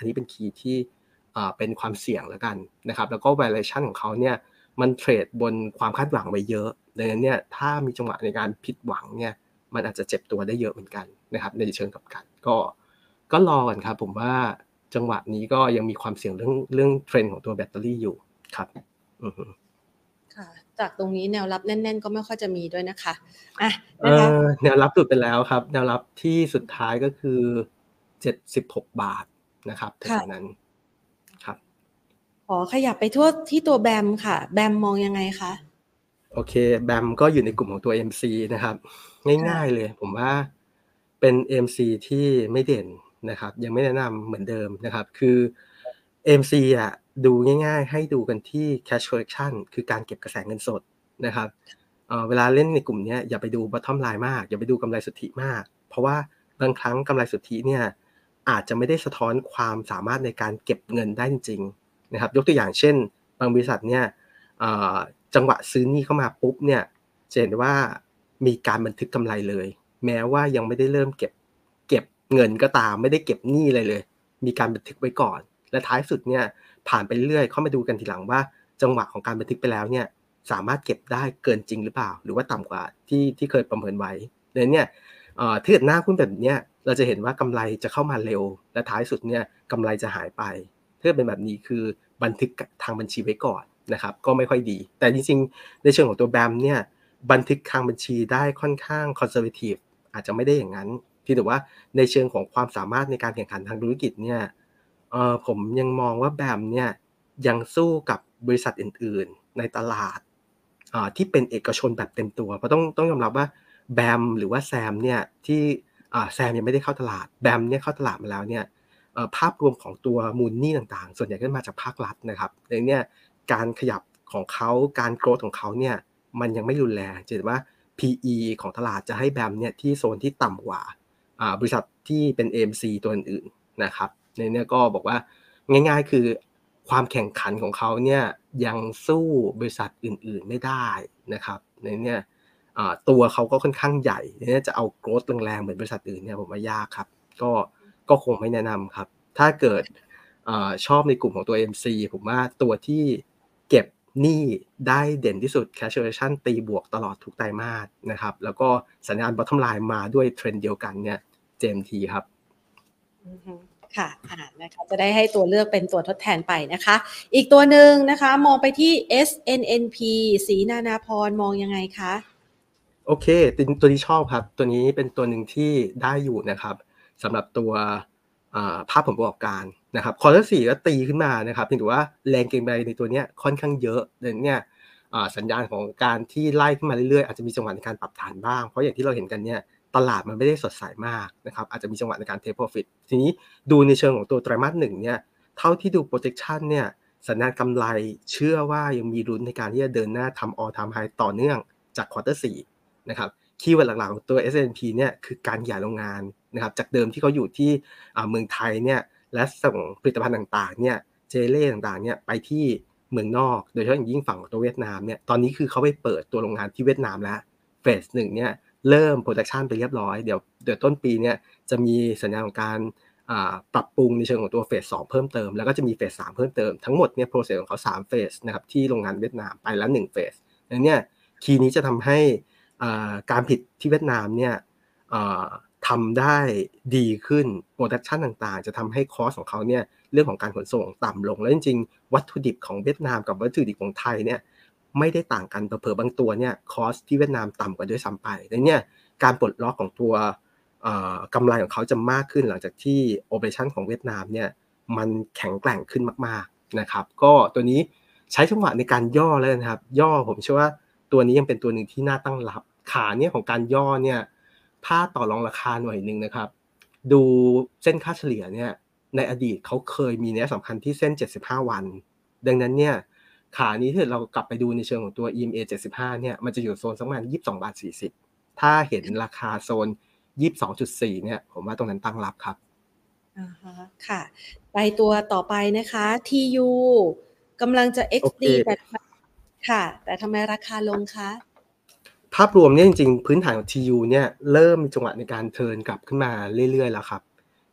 อันนี้เป็นคีย์ที่อ่าเป็นความเสี่ยงแล้วกันนะครับแล้วก็ valuation ของเขาเนี่ยมันเทรดบนความคาดหวังไว้เยอะดังนั้นเนี่ยถ้ามีจังหวะในการผิดหวังเนี่ยมันอาจจะเจ็บตัวได้เยอะเหมือนกันนะครับในเชิงกลับกันก็ก็รอก่อนครับผมว่าจังหวะนี้ก็ยังมีความเสี่ยงเรื่องเรื่องเทรนด์ของตัวแบตเตอรี่อยู่ครับอือฮึค่ะจากตรงนี้แนวรับแน่นๆก็ไม่ค่อยจะมีด้วยนะคะอ่ะเอ่นะคะอแนวรับหลุดไปแล้วครับแนวรับที่สุดท้ายก็คือเจ็ดสิบหกบาทนะครับแถวๆค่ะนั้นครับขอขยับไปทั่วที่ตัวแบมค่ะแบมมองยังไงคะโอเคแบมก็อยู่ในกลุ่มของตัว เอ็ม ซี นะครับง่ายๆค่ะเลยผมว่าเป็น เอ็ม ซี ที่ไม่เด่นนะครับยังไม่แนะนำเหมือนเดิมนะครับคือ เอ็ม ซี อะดูง่ายๆให้ดูกันที่ cash collection คือการเก็บกระแสเงินสดนะครับเอ่อเวลาเล่นในกลุ่มเนี้ยอย่าไปดู bottom line มากอย่าไปดูกำไรสุทธิมากเพราะว่าบางครั้งกำไรสุทธิเนี่ยอาจจะไม่ได้สะท้อนความสามารถในการเก็บเงินได้จริงๆนะครับยกตัวอย่างเช่นบางบริษัทเนี่ย จังหวะซื้อหนี้เข้ามาปุ๊บเนี่ยจะเห็นว่ามีการบันทึกกำไรเลยแม้ว่ายังไม่ได้เริ่มเก็บเก็บเงินก็ตามไม่ได้เก็บหนี้อะไรเลยมีการบันทึกไว้ก่อนและท้ายสุดเนี่ยผ่านไปเรื่อยเข้ามาดูกันทีหลังว่าจังหวะของการบันทึกไปแล้วเนี่ยสามารถเก็บได้เกินจริงหรือเปล่าหรือว่าต่ำกว่าที่ที่เคยประเมินไว้ดังนั้นเนี่ยถ้าเกิดหน้าหุ้นแบบนี้เราจะเห็นว่ากำไรจะเข้ามาเร็วและท้ายสุดเนี่ยกำไรจะหายไปถ้าเป็นแบบนี้คือบันทึกทางบัญชีไว้ก่อนนะครับก็ไม่ค่อยดีแต่จริงๆในเชิงของตัวแบมเนี่ยบันทึกทางบัญชีได้ค่อนข้างคอนเซอร์เวทีฟอาจจะไม่ได้อย่างนั้นเพียงแต่ว่าในเชิงของความสามารถในการแข่งขันทางธุรกิจเนี่ยเอ่อผมยังมองว่าแบมเนี่ยยังสู้กับบริษัทอื่นๆในตลาดอ่าที่เป็นเอกชนแบบเต็มตัวเพราะต้องต้องยอมรับว่าแบมหรือว่าแซมเนี่ยที่อ่าแซมยังไม่ได้เข้าตลาดแบมเนี่ยเข้าตลาดมาแล้วเนี่ยเอ่อภาพรวมของตัวมูลหนี้ต่างๆส่วนใหญ่ก็มาจากภาครัฐนะครับดังนั้นเนี่ยการขยับของเขาการโกรธของเขาเนี่ยมันยังไม่รุนแรงจะเห็นว่า พี อี ของตลาดจะให้แบมเนี่ยที่โซนที่ต่ำกว่าอ่าบริษัทที่เป็น เอ เอ็ม ซี ตัวอื่นๆนะครับในเนี้ยก็บอกว่าง่ายๆคือความแข่งขันของเขาเนี่ยยังสู้บริษัทอื่นๆไม่ได้นะครับในเนี้ยอ่าตัวเขาก็ค่อนข้างใหญ่ในเนี้ยจะเอาโกรธแรงๆเหมือนบริษัทอื่นเนี่ยผมว่ายากครับก็ก็คงไม่แนะนำครับถ้าเกิดอ่าชอบในกลุ่มของตัว เอ็ม ซี ผมว่าตัวที่เก็บหนี้ได้เด่นที่สุด cash generation ตีบวกตลอดทุกไตรมาสนะครับแล้วก็สัญญาณ bottom line มาด้วยเทรนด์เดียวกันเนี่ย เจ เอ็ม ที ครับอือฮึค่ะอ่านะคะจะได้ให้ตัวเลือกเป็นตัวทดแทนไปนะคะอีกตัวหนึ่งนะคะมองไปที่ เอส เอ็น เอ็น พี ศรีนานาพรมองยังไงคะโอเคตัวตัวนี้ชอบครับตัวนี้เป็นตัวหนึ่งที่ได้อยู่นะครับสำหรับตัวอ่าภาพผลประกอบการนะครับควอเตอร์สี่ก็ตีขึ้นมานะครับเพียงแต่ว่าแรงเก็งกำไรในตัวเนี้ยค่อนข้างเยอะดังนั้นเนี่ยอ่าสัญญาณของการที่ไล่ขึ้นมาเรื่อยๆอาจจะมีจังหวะในการปรับฐานบ้างเพราะอย่างที่เราเห็นกันเนี่ยตลาดมันไม่ได้สดใสมากนะครับอาจจะมีจังหวะในการ take profit ทีนี้ดูในเชิงของตัวไตรมาสหนึ่งเนี่ยเท่าที่ดู projection เนี่ยสัญญาณกำไรเชื่อว่ายังมีลุ้นในการที่จะเดินหน้าทำ all time high ต่อเนื่องจากควอเตอร์สี่นะครับ คีย์เวิร์ดหลักๆของตัว เอส แอนด์ พี เนี่ยคือการขยายโรงงานนะครับจากเดิมที่เขาอยู่ที่อ่าเมืองไทยเนี่ยและส่งผลิตภัณฑ์ต่างๆเนี่ยเจเล่ต่างๆเนี่ยไปที่เมืองนอกโดยเฉพาะอย่างยิ่งฝั่งของตัวเวียดนามเนี่ยตอนนี้คือเขาไปเปิดตัวโรงงานที่เวียดนามแล้วเฟสหนึ่งเนี่ยเริ่ม production ไปเรียบร้อยเดี๋ยวเดี๋ยวต้นปีเนี่ยจะมีสัญญาณของการอ่าปรับปรุงในเชิงของตัวเฟสสองเพิ่มเติมแล้วก็จะมีเฟสสามเพิ่มเติมทั้งหมดเนี่ย process ของเขาสามเฟสนะครับที่โรงงานเวียดนามไปแล้วหนึ่งเฟสดังนั้นเนี่ยคีย์นี้จะทำให้ การผิดที่เวียดนามเนี่ยทำได้ดีขึ้นโปรดักชันต่างๆจะทำให้คอสของเขาเนี่ยเรื่องของการขนส่งต่ำลงแล้วจริงๆวัตถุดิบของเวียดนามกับวัตถุดิบของไทยเนี่ยไม่ได้ต่างกันเผลอๆบางตัวเนี่ยคอสที่เวียดนามต่ำกว่าด้วยซ้ำไปดังนั้นเนี่ยการปลดล็อกของตัวกำไรของเขาจะมากขึ้นหลังจากที่โอเปอเรชั่นของเวียดนามเนี่ยมันแข็งแกร่งขึ้นมากๆนะครับก็ตัวนี้ใช้จังหวะในการย่อแล้วนะครับย่อผมเชื่อว่าตัวนี้ยังเป็นตัวหนึ่งที่น่าตั้งรับขาเนี่ยของการย่อเนี่ยถ้าต่อรองราคาหน่อยนึงนะครับดูเส้นค่าเฉลี่ยเนี่ยในอดีตเขาเคยมีนัยสำคัญที่เส้นเจ็ดสิบห้าวันดังนั้นเนี่ยขานี้ถ้าเรากลับไปดูในเชิงของตัว อี เอ็ม เอ เจ็ดสิบห้าเนี่ยมันจะอยู่โซนสักประมาณยี่สิบสองบาทสี่สิบถ้าเห็นราคาโซน ยี่สิบสองจุดสี่ เนี่ยผมว่าตรงนั้นตั้งรับครับอ่าฮะค่ะไปตัวต่อไปนะคะ ที ยู กำลังจะโอเอ็กซ์เคดี แต่ค่ะแต่ทำไมราคาลงคะภาพรวมเนี่ยจริงๆพื้นฐานของ ที ยู เนี่ยเริ่มมีจังหวะในการเทิร์นกลับขึ้นมาเรื่อยๆแล้วครับ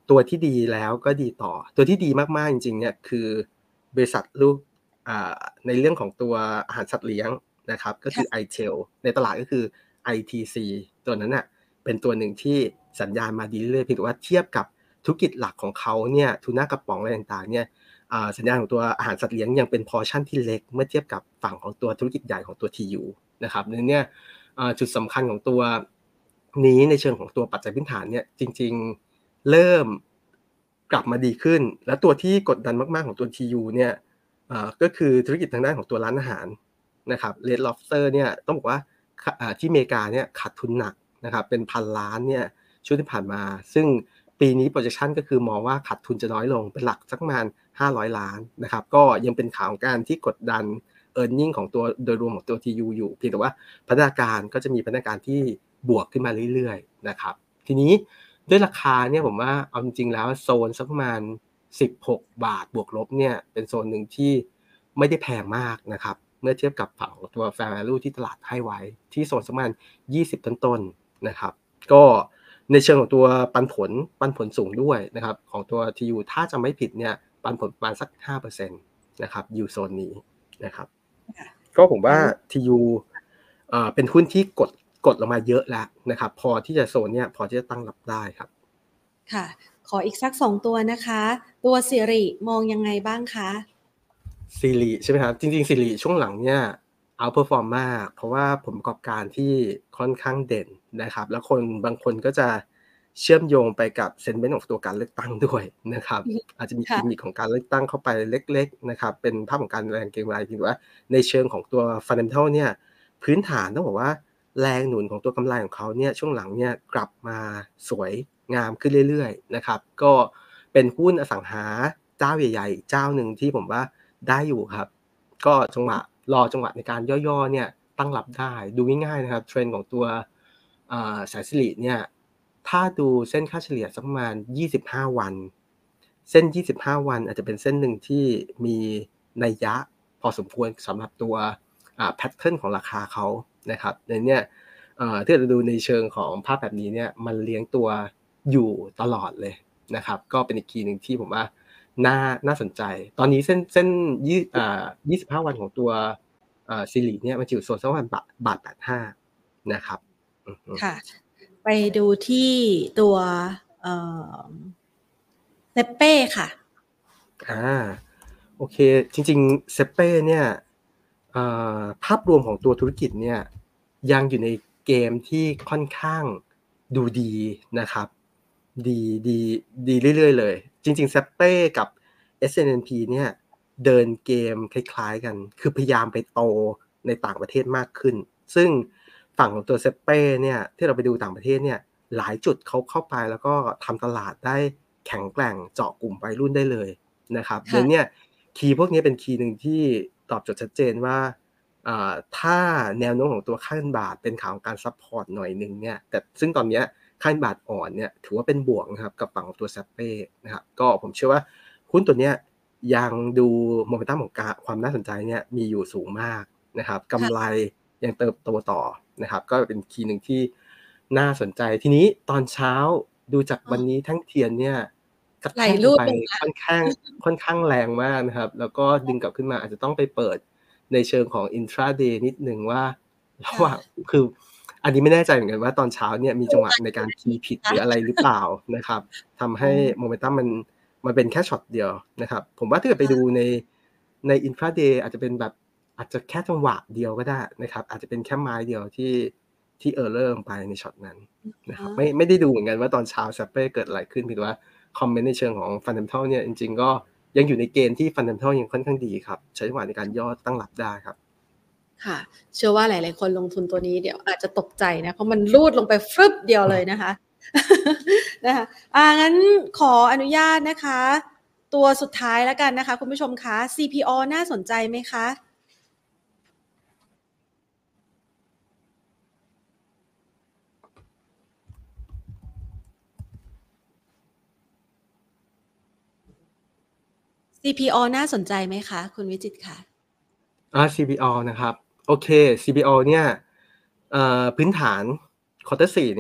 ตัวที่ดีแล้วก็ดีต่อตัวที่ดีมากๆจริงๆเนี่ยคือบริษัทลูกอ่าในเรื่องของตัวอาหารสัตว์เลี้ยงนะครับก็คือค่ะไอ ที อี แอล ในตลาดก็คือ ไอ ที ซี ตัวนั้นน่ะเป็นตัวหนึ่งที่สัญญาณมาดีเรื่อยๆเพียงแต่ว่าเทียบกับธุรกิจหลักของเขาเนี่ยทูน่ากระป๋องอะไรต่างๆเนี่ยอ่าสัญญาณของตัวอาหารสัตว์เลี้ยงยังเป็นพอร์ชั่นที่เล็กเมื่อเทียบกับฝั่งของตัวธุรกิจใหญ่ของตัว ที ยู นะครับดังนั้นเนี่ยอ่าจุดสำคัญของตัวนี้ในเชิงของตัวปัจจัยพื้นฐานเนี่ยจริงๆเริ่มกลับมาดีขึ้นและตัวที่กดดันมากๆของตัว ที ยู เนี่ยอ่าก็คือธุรกิจทางด้านของตัวร้านอาหารนะครับ Red Lobster เนี่ยต้องบอกว่าอ่าที่อเมริกาเนี่ยขาดทุนหนักนะครับเป็นพันล้านเนี่ยช่วงที่ผ่านมาซึ่งปีนี้ projection ก็คือมองว่าขาดทุนจะน้อยลงเป็นหลักสักประมาณห้าร้อยล้านนะครับก็ยังเป็นข่าวของการที่กดดัน earning ของตัวโดยรวมของตัว ที ยู อยู่เพียงแต่ว่าพัฒนาการก็จะมีพัฒนาการที่บวกขึ้นมาเรื่อยๆนะครับทีนี้ด้วยราคาเนี่ยผมว่าเอาจริงๆแล้วโซนสักประมาณสิบหกบาทบวกลบเนี่ยเป็นโซนหนึ่งที่ไม่ได้แพงมากนะครับเมื่อเทียบกับฝั่งตัว fair value ที่ตลาดให้ไว้ที่โซนสักประมาณยี่สิบต้นๆนะครับก็ในเชิงของตัวปันผลปันผลสูงด้วยนะครับของตัว ที ยู ถ้าจำไม่ผิดเนี่ยปันผลประมาณสัก ห้าเปอร์เซ็นต์ นะครับอยู่โซนนี้นะครับก็ผมว่า ที ยู เอ่อเป็นหุ้นที่กดกดลงมาเยอะแล้วนะครับพอที่จะโซนเนี่ยพอที่จะตั้งรับได้ครับค่ะขออีกสักสองตัวนะคะตัวสิริมองยังไงบ้างคะสิริใช่ไหมครับจริงๆสิริช่วงหลังเนี่ยเอาเพอร์ฟอร์มมากเพราะว่าผลประกอบการที่ค่อนข้างเด่นนะครับแล้วคนบางคนก็จะเชื่อมโยงไปกับเซนติเมนต์ของตัวการเลือกตั้งด้วยนะครับอาจจะมีกิมมิคของการเลือกตั้งเข้าไปเล็กๆนะครับเป็นภาพของการแรงเก็งกำไรเพียงแต่ว่าในเชิงของตัว fundamental เนี่ยพื้นฐานต้องบอกว่าแรงหนุนของตัวกำไรของเขาเนี่ยช่วงหลังเนี่ยกลับมาสวยงามขึ้นเรื่อยๆนะครับก็เป็นหุ้นอสังหาเจ้าใหญ่ๆเจ้าหนึ่งที่ผมว่าได้อยู่ครับก็จังหวะรอจังหวะในการย่อๆเนี่ยตั้งรับได้ดูง่ายๆนะครับเทรนด์ของตัวอ่าสายสิริเนี่ยถ้าดูเส้นค่าเฉลี่ยสักประมาณยี่สิบห้าวันเส้นยี่สิบห้าวันอาจจะเป็นเส้นหนึ่งที่มีนัยยะพอสมควรสำหรับตัวอ่าแพทเทิร์นของราคาเขานะครับในเนี่ยเอ่อถ้าเราดูในเชิงของภาพแบบนี้เนี่ยมันเลี้ยงตัวอยู่ตลอดเลยนะครับก็เป็นอีกคีย์หนึ่งที่ผมว่าน่าน่าสนใจตอนนี้เส้นเส้นยี่อ่ายี่สิบห้าวันของตัวอ่าสิริเนี่ยมันจะอยู่โซนสักประมาณบาทบาทแปดสิบห้านะครับอือฮึค่ะไปดูที่ตัวเอ่อเซเป้ค่ะอาโอเคจริงๆเซเป้เนี่ยเอ่อภาพรวมของตัวธุรกิจเนี่ยยังอยู่ในเกมที่ค่อนข้างดูดีนะครับดีดีดีเรื่อยๆเลยจริงๆเซเป้กับ เอส แอนด์ พี เนี่ยเดินเกมคล้ายๆกันคือพยายามไปโตในต่างประเทศมากขึ้นซึ่งฝั่งของตัวเซเป้เนี่ยที่เราไปดูต่างประเทศเนี่ยหลายจุดเขาเข้าไปแล้วก็ทำตลาดได้แข็งแกร่งเจาะกลุ่มวัยรุ่นได้เลยนะครับดังนั้นเนี่ยคีย์พวกนี้เป็นคีย์หนึ่งที่ตอบโจทย์ชัดเจนว่าอ่าถ้าแนวโน้มของตัวค่าเงินบาทเป็นข่าวของการซัปพอร์ตหน่อยหนึ่งเนี่ยแต่ซึ่งตอนเนี้ยค่าเงินบาทอ่อนเนี่ยถือว่าเป็นบวกนะครับกับฝั่งของตัวเซเป้นะครับก็ผมเชื่อว่าหุ้นตัวเนี้ยยังดูโมเมนตัมของการความน่าสนใจเนี่ยมีอยู่สูงมากนะครับกำไรยังเติบโตต่อนะครับก็เป็นคีย์หนึ่งที่น่าสนใจทีนี้ตอนเช้าดูจากวันนี้ทั้งเทียนเนี่ยกระไหลแทกลงไปรูดลงมาค่อนข้างค่อนข้างแรงมากนะครับแล้วก็ดึงกลับขึ้นมาอาจจะต้องไปเปิดในเชิงของ intraday นิดหนึ่งว่าระหว่างคืออันนี้ไม่แน่ใจเหมือนกันว่าตอนเช้าเนี่ยมีจังหวะในการทีผิดหรืออะไรหรือเปล่านะครับทำให้โมเมนตัมมันมันเป็นแค่ช็อตเดียวนะครับผมว่าถ้าเกิดไปดูในใน intraday อาจจะเป็นแบบอาจจะแค่จังหวะเดียวก็ได้นะครับอาจจะเป็นแค่ไม้เดียวที่ที่ error ลงไปในช็อตนั้นนะครับไม่ไม่ได้ดูเหมือนกันว่าตอนเช้า Sappe เกิดอะไรขึ้นเพียงแต่ว่าคอมเมนต์ในเชิงของ fundamental เนี่ยจริงๆก็ยังอยู่ในเกณฑ์ที่ fundamental ยังค่อนข้างดีครับใช้จังหวะในการย่อตั้งรับได้ครับค่ะเชื่อว่าหลายๆคนลงทุนตัวนี้เดี๋ยวอาจจะตกใจนะเพราะมันรูดลงไปฟรึบเดียวเลยนะคะ นะคะอ่างั้นขออนุญาตนะคะ ตัวสุดท้ายแล้วกันนะคะคุณผู้ชมคะ ซี พี โอ น่าสนใจไหมคะ ซี พี โอ น่าสนใจไหมคะคุณวิจิตรคะอ่า ซี พี โอ นะครับโอเค ซี พี โอ เนี่ยเอ่อพื้นฐาน ควอเตอร์ สี่เนี่ย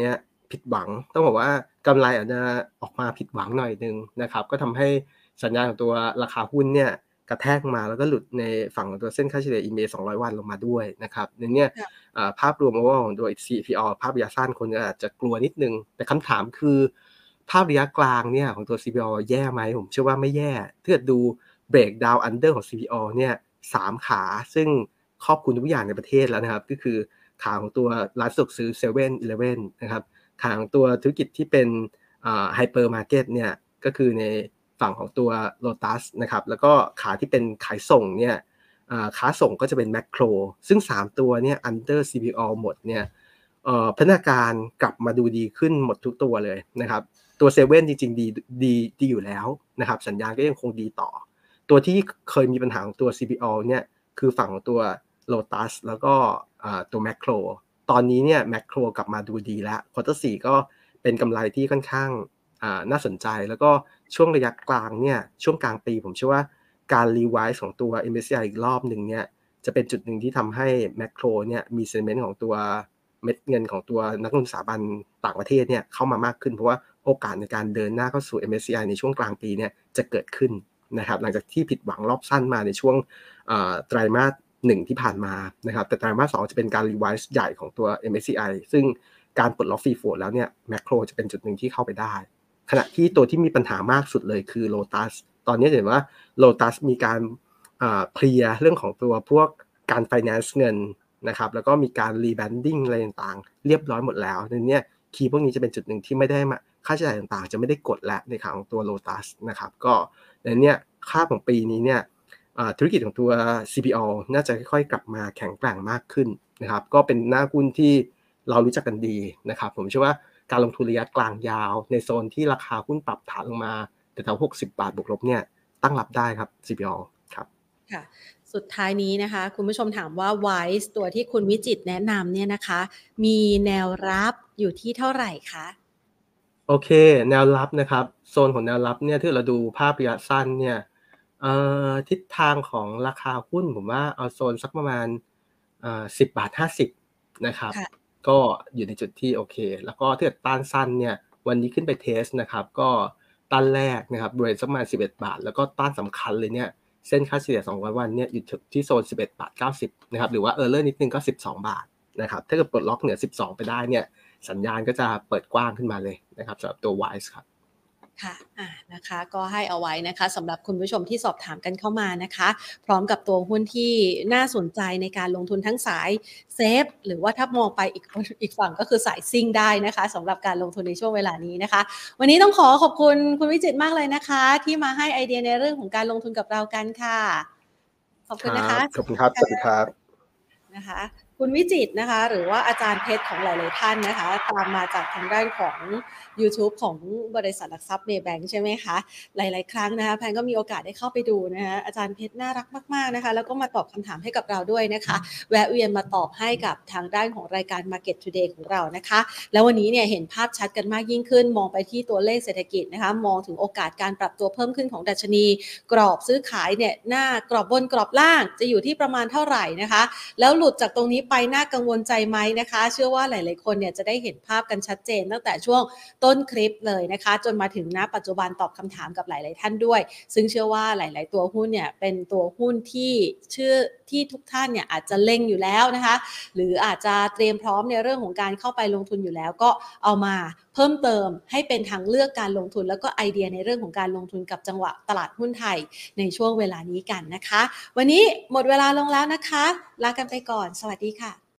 ผิดหวังต้องบอกว่ากำไรอาจจะออกมาผิดหวังหน่อยนึงนะครับก็ทำให้สัญญาณของตัวราคาหุ้นเนี่ยกระแทกมาแล้วก็หลุดในฝั่งของตัวเส้นค่าเฉลี่ย อี เอ็ม เอ สองร้อยวันลงมาด้วยนะครับในเนี้ยอ่าภาพรวม overall ของตัว ซี พี อ ภาพระยะสั้นคนก็อาจจะกลัวนิดนึงแต่คำถามคือภาพระยะกลางเนี่ยของตัว ซี พี อ แย่ไหมผมเชื่อว่าไม่แย่ถ้าเกิดดู break down under ของ ซี พี อ เนี่ยสามขาซึ่งครอบคลุมทุกอย่างในประเทศแล้วนะครับก็คือขาของตัวร้านสะดวกซื้อ เซเว่น อีเลฟเว่น นะครับขาของตัวธุรกิจที่เป็นอ่าไฮเปอร์มาร์เก็ตเนี่ยก็คือในฝั่งของตัว Lotus นะครับแล้วก็ขาที่เป็นขายส่งเนี่ยอ่าค้าส่งก็จะเป็นแมคโครซึ่งสามตัวเนี่ย under ซี พี อ หมดเนี่ยเอ่อพัฒนาการกลับมาดูดีขึ้นหมดทุกตัวเลยนะครับตัวเซเว่นจริงๆดีดีดีอยู่แล้วนะครับสัญญาณก็ยังคงดีต่อตัวที่เคยมีปัญหาของตัว ซี พี อ เนี่ยคือฝั่งของตัว Lotus แล้วก็อ่าตัวแมคโครตอนนี้เนี่ยแมคโครกลับมาดูดีแล้วควอเตอร์สี่ก็เป็นกำไรที่ค่อนข้างอ่าน่าสนใจแล้วก็ช่วงระยะกลางเนี่ยช่วงกลางปีผมเชื่อว่าการรีไวซ์ของตัว เอ็ม เอส ซี ไอ อีกรอบหนึ่งเนี่ยจะเป็นจุดหนึ่งที่ทำให้แมคโครเนี่ยมีเซนติเมนต์ของตัวเม็ดเงินของตัวนักลงทุนสถาบันต่างประเทศเนี่ยเข้ามามากขึ้นเพราะว่าโอกาสในการเดินหน้าเข้าสู่ เอ็ม เอส ซี ไอ ในช่วงกลางปีเนี่ยจะเกิดขึ้นนะครับหลังจากที่ผิดหวังรอบสั้นมาในช่วงไตรมาสหนึ่งที่ผ่านมานะครับแต่ไตรมาสสองจะเป็นการรีไวซ์ใหญ่ของตัว เอ็ม เอส ซี ไอ ซึ่งการปลดล็อกฟรีโฟลต์แล้วเนี่ยแมคโครจะเป็นจุดหนึ่งที่เข้าไปได้ขณะที่ตัวที่มีปัญหามากสุดเลยคือ Lotus ตอนนี้เห็นว่า Lotus มีการเคลียร์เรื่องของตัวพวกการ finance เงินนะครับแล้วก็มีการ rebranding อะไรต่างๆเรียบร้อยหมดแล้วในนี้คีย์พวกนี้จะเป็นจุดหนึ่งที่ไม่ได้มาค่าใช้จ่ายต่างๆจะไม่ได้กดและในขาของตัว Lotus นะครับก็ในนี้ค่าของปีนี้เนี่ยธุรกิจของตัว ซี พี อ น่าจะค่อยๆกลับมาแข็งแกร่งมากขึ้นนะครับก็เป็นหน้าหุ้นที่เรารู้จักกันดีนะครับผมเชื่อว่าการลงทุนระยะกลางยาวในโซนที่ราคาหุ้นปรับฐานลงมาแต่แถวหกสิบบาทบวกลบเนี่ยตั้งรับได้ครับ ซี พี อ ครับค่ะสุดท้ายนี้นะคะคุณผู้ชมถามว่า Wise ตัวที่คุณวิจิตรแนะนำเนี่ยนะคะมีแนวรับอยู่ที่เท่าไหร่คะโอเคแนวรับนะครับโซนของแนวรับเนี่ยถ้าเราดูภาพระยะสั้นเนี่ยเอ่อทิศทางของราคาหุ้นผมว่าเอาโซนสักประมาณเอ่อสิบบาทห้าสิบนะครับก็อยู่ในจุดที่โอเคแล้วก็ถ้าเกิดต้านสั้นเนี่ยวันนี้ขึ้นไปเทสนะครับก็ต้านแรกนะครับบริเวณสักประมาณสิบเอ็ดบาทแล้วก็ต้านสำคัญเลยเนี่ยเส้นค่าเฉลี่ยสองร้อยวันเนี่ยอยู่ที่โซนสิบเอ็ดบาทเก้าสิบนะครับหรือว่าเออร์เลอร์นิดนึงก็สิบสองบาทนะครับถ้าเกิดปลดล็อกเหนือสิบสองไปได้เนี่ยสัญญาณก็จะเปิดกว้างขึ้นมาเลยนะครับสำหรับตัว Wise ครับค่ะอ่านะคะก็ให้เอาไว้นะคะสำหรับคุณผู้ชมที่สอบถามกันเข้ามานะคะพร้อมกับตัวหุ้นที่น่าสนใจในการลงทุนทั้งสายเซฟหรือว่าถ้ามองไปอีกอีกฝั่งก็คือสายซิ่งได้นะคะสำหรับการลงทุนในช่วงเวลานี้นะคะวันนี้ต้องขอขอบคุณคุณวิจิตรมากเลยนะคะที่มาให้ไอเดียในเรื่องของการลงทุนกับเรากันค่ะขอบคุณนะคะขอบคุณครับสวัสดีครับนะคะคุณวิจิตรนะคะหรือว่าอาจารย์เพชรของหลายๆท่านนะคะตามมาจากทางด้านของ YouTube ของบริษัทหลักทรัพย์เมย์แบงค์ใช่ไหมคะหลายๆครั้งนะคะแพนก็มีโอกาสได้เข้าไปดูนะคะอาจารย์เพชรน่ารักมากๆนะคะแล้วก็มาตอบคำถามให้กับเราด้วยนะคะแวะเวียนมาตอบให้กับทางด้านของรายการ Market Today ของเรานะคะแล้ววันนี้เนี่ยเห็นภาพชัดกันมากยิ่งขึ้นมองไปที่ตัวเลขเศรษฐกิจนะคะมองถึงโอกาสการปรับตัวเพิ่มขึ้นของดัชนีกรอบซื้อขายเนี่ยหน้ากรอบบนกรอบล่างจะอยู่ที่ประมาณเท่าไหร่นะคะแล้วหลุดจากตรงนี้ไปน่ากังวลใจไหมนะคะเชื่อว่าหลายๆคนเนี่ยจะได้เห็นภาพกันชัดเจนตั้งแต่ช่วงต้นคลิปเลยนะคะจนมาถึงณปัจจุบันตอบคำถามกับหลายๆท่านด้วยซึ่งเชื่อว่าหลายๆตัวหุ้นเนี่ยเป็นตัวหุ้นที่ชื่อที่ทุกท่านเนี่ยอาจจะเล็งอยู่แล้วนะคะหรืออาจจะเตรียมพร้อมในเรื่องของการเข้าไปลงทุนอยู่แล้วก็เอามาเพิ่มเติมให้เป็นทางเลือกการลงทุนแล้วก็ไอเดียในเรื่องของการลงทุนกับจังหวะตลาดหุ้นไทยในช่วงเวลานี้กันนะคะวันนี้หมดเวลาลงแล้วนะคะลากันไปก่อนสวัสดีค่ะ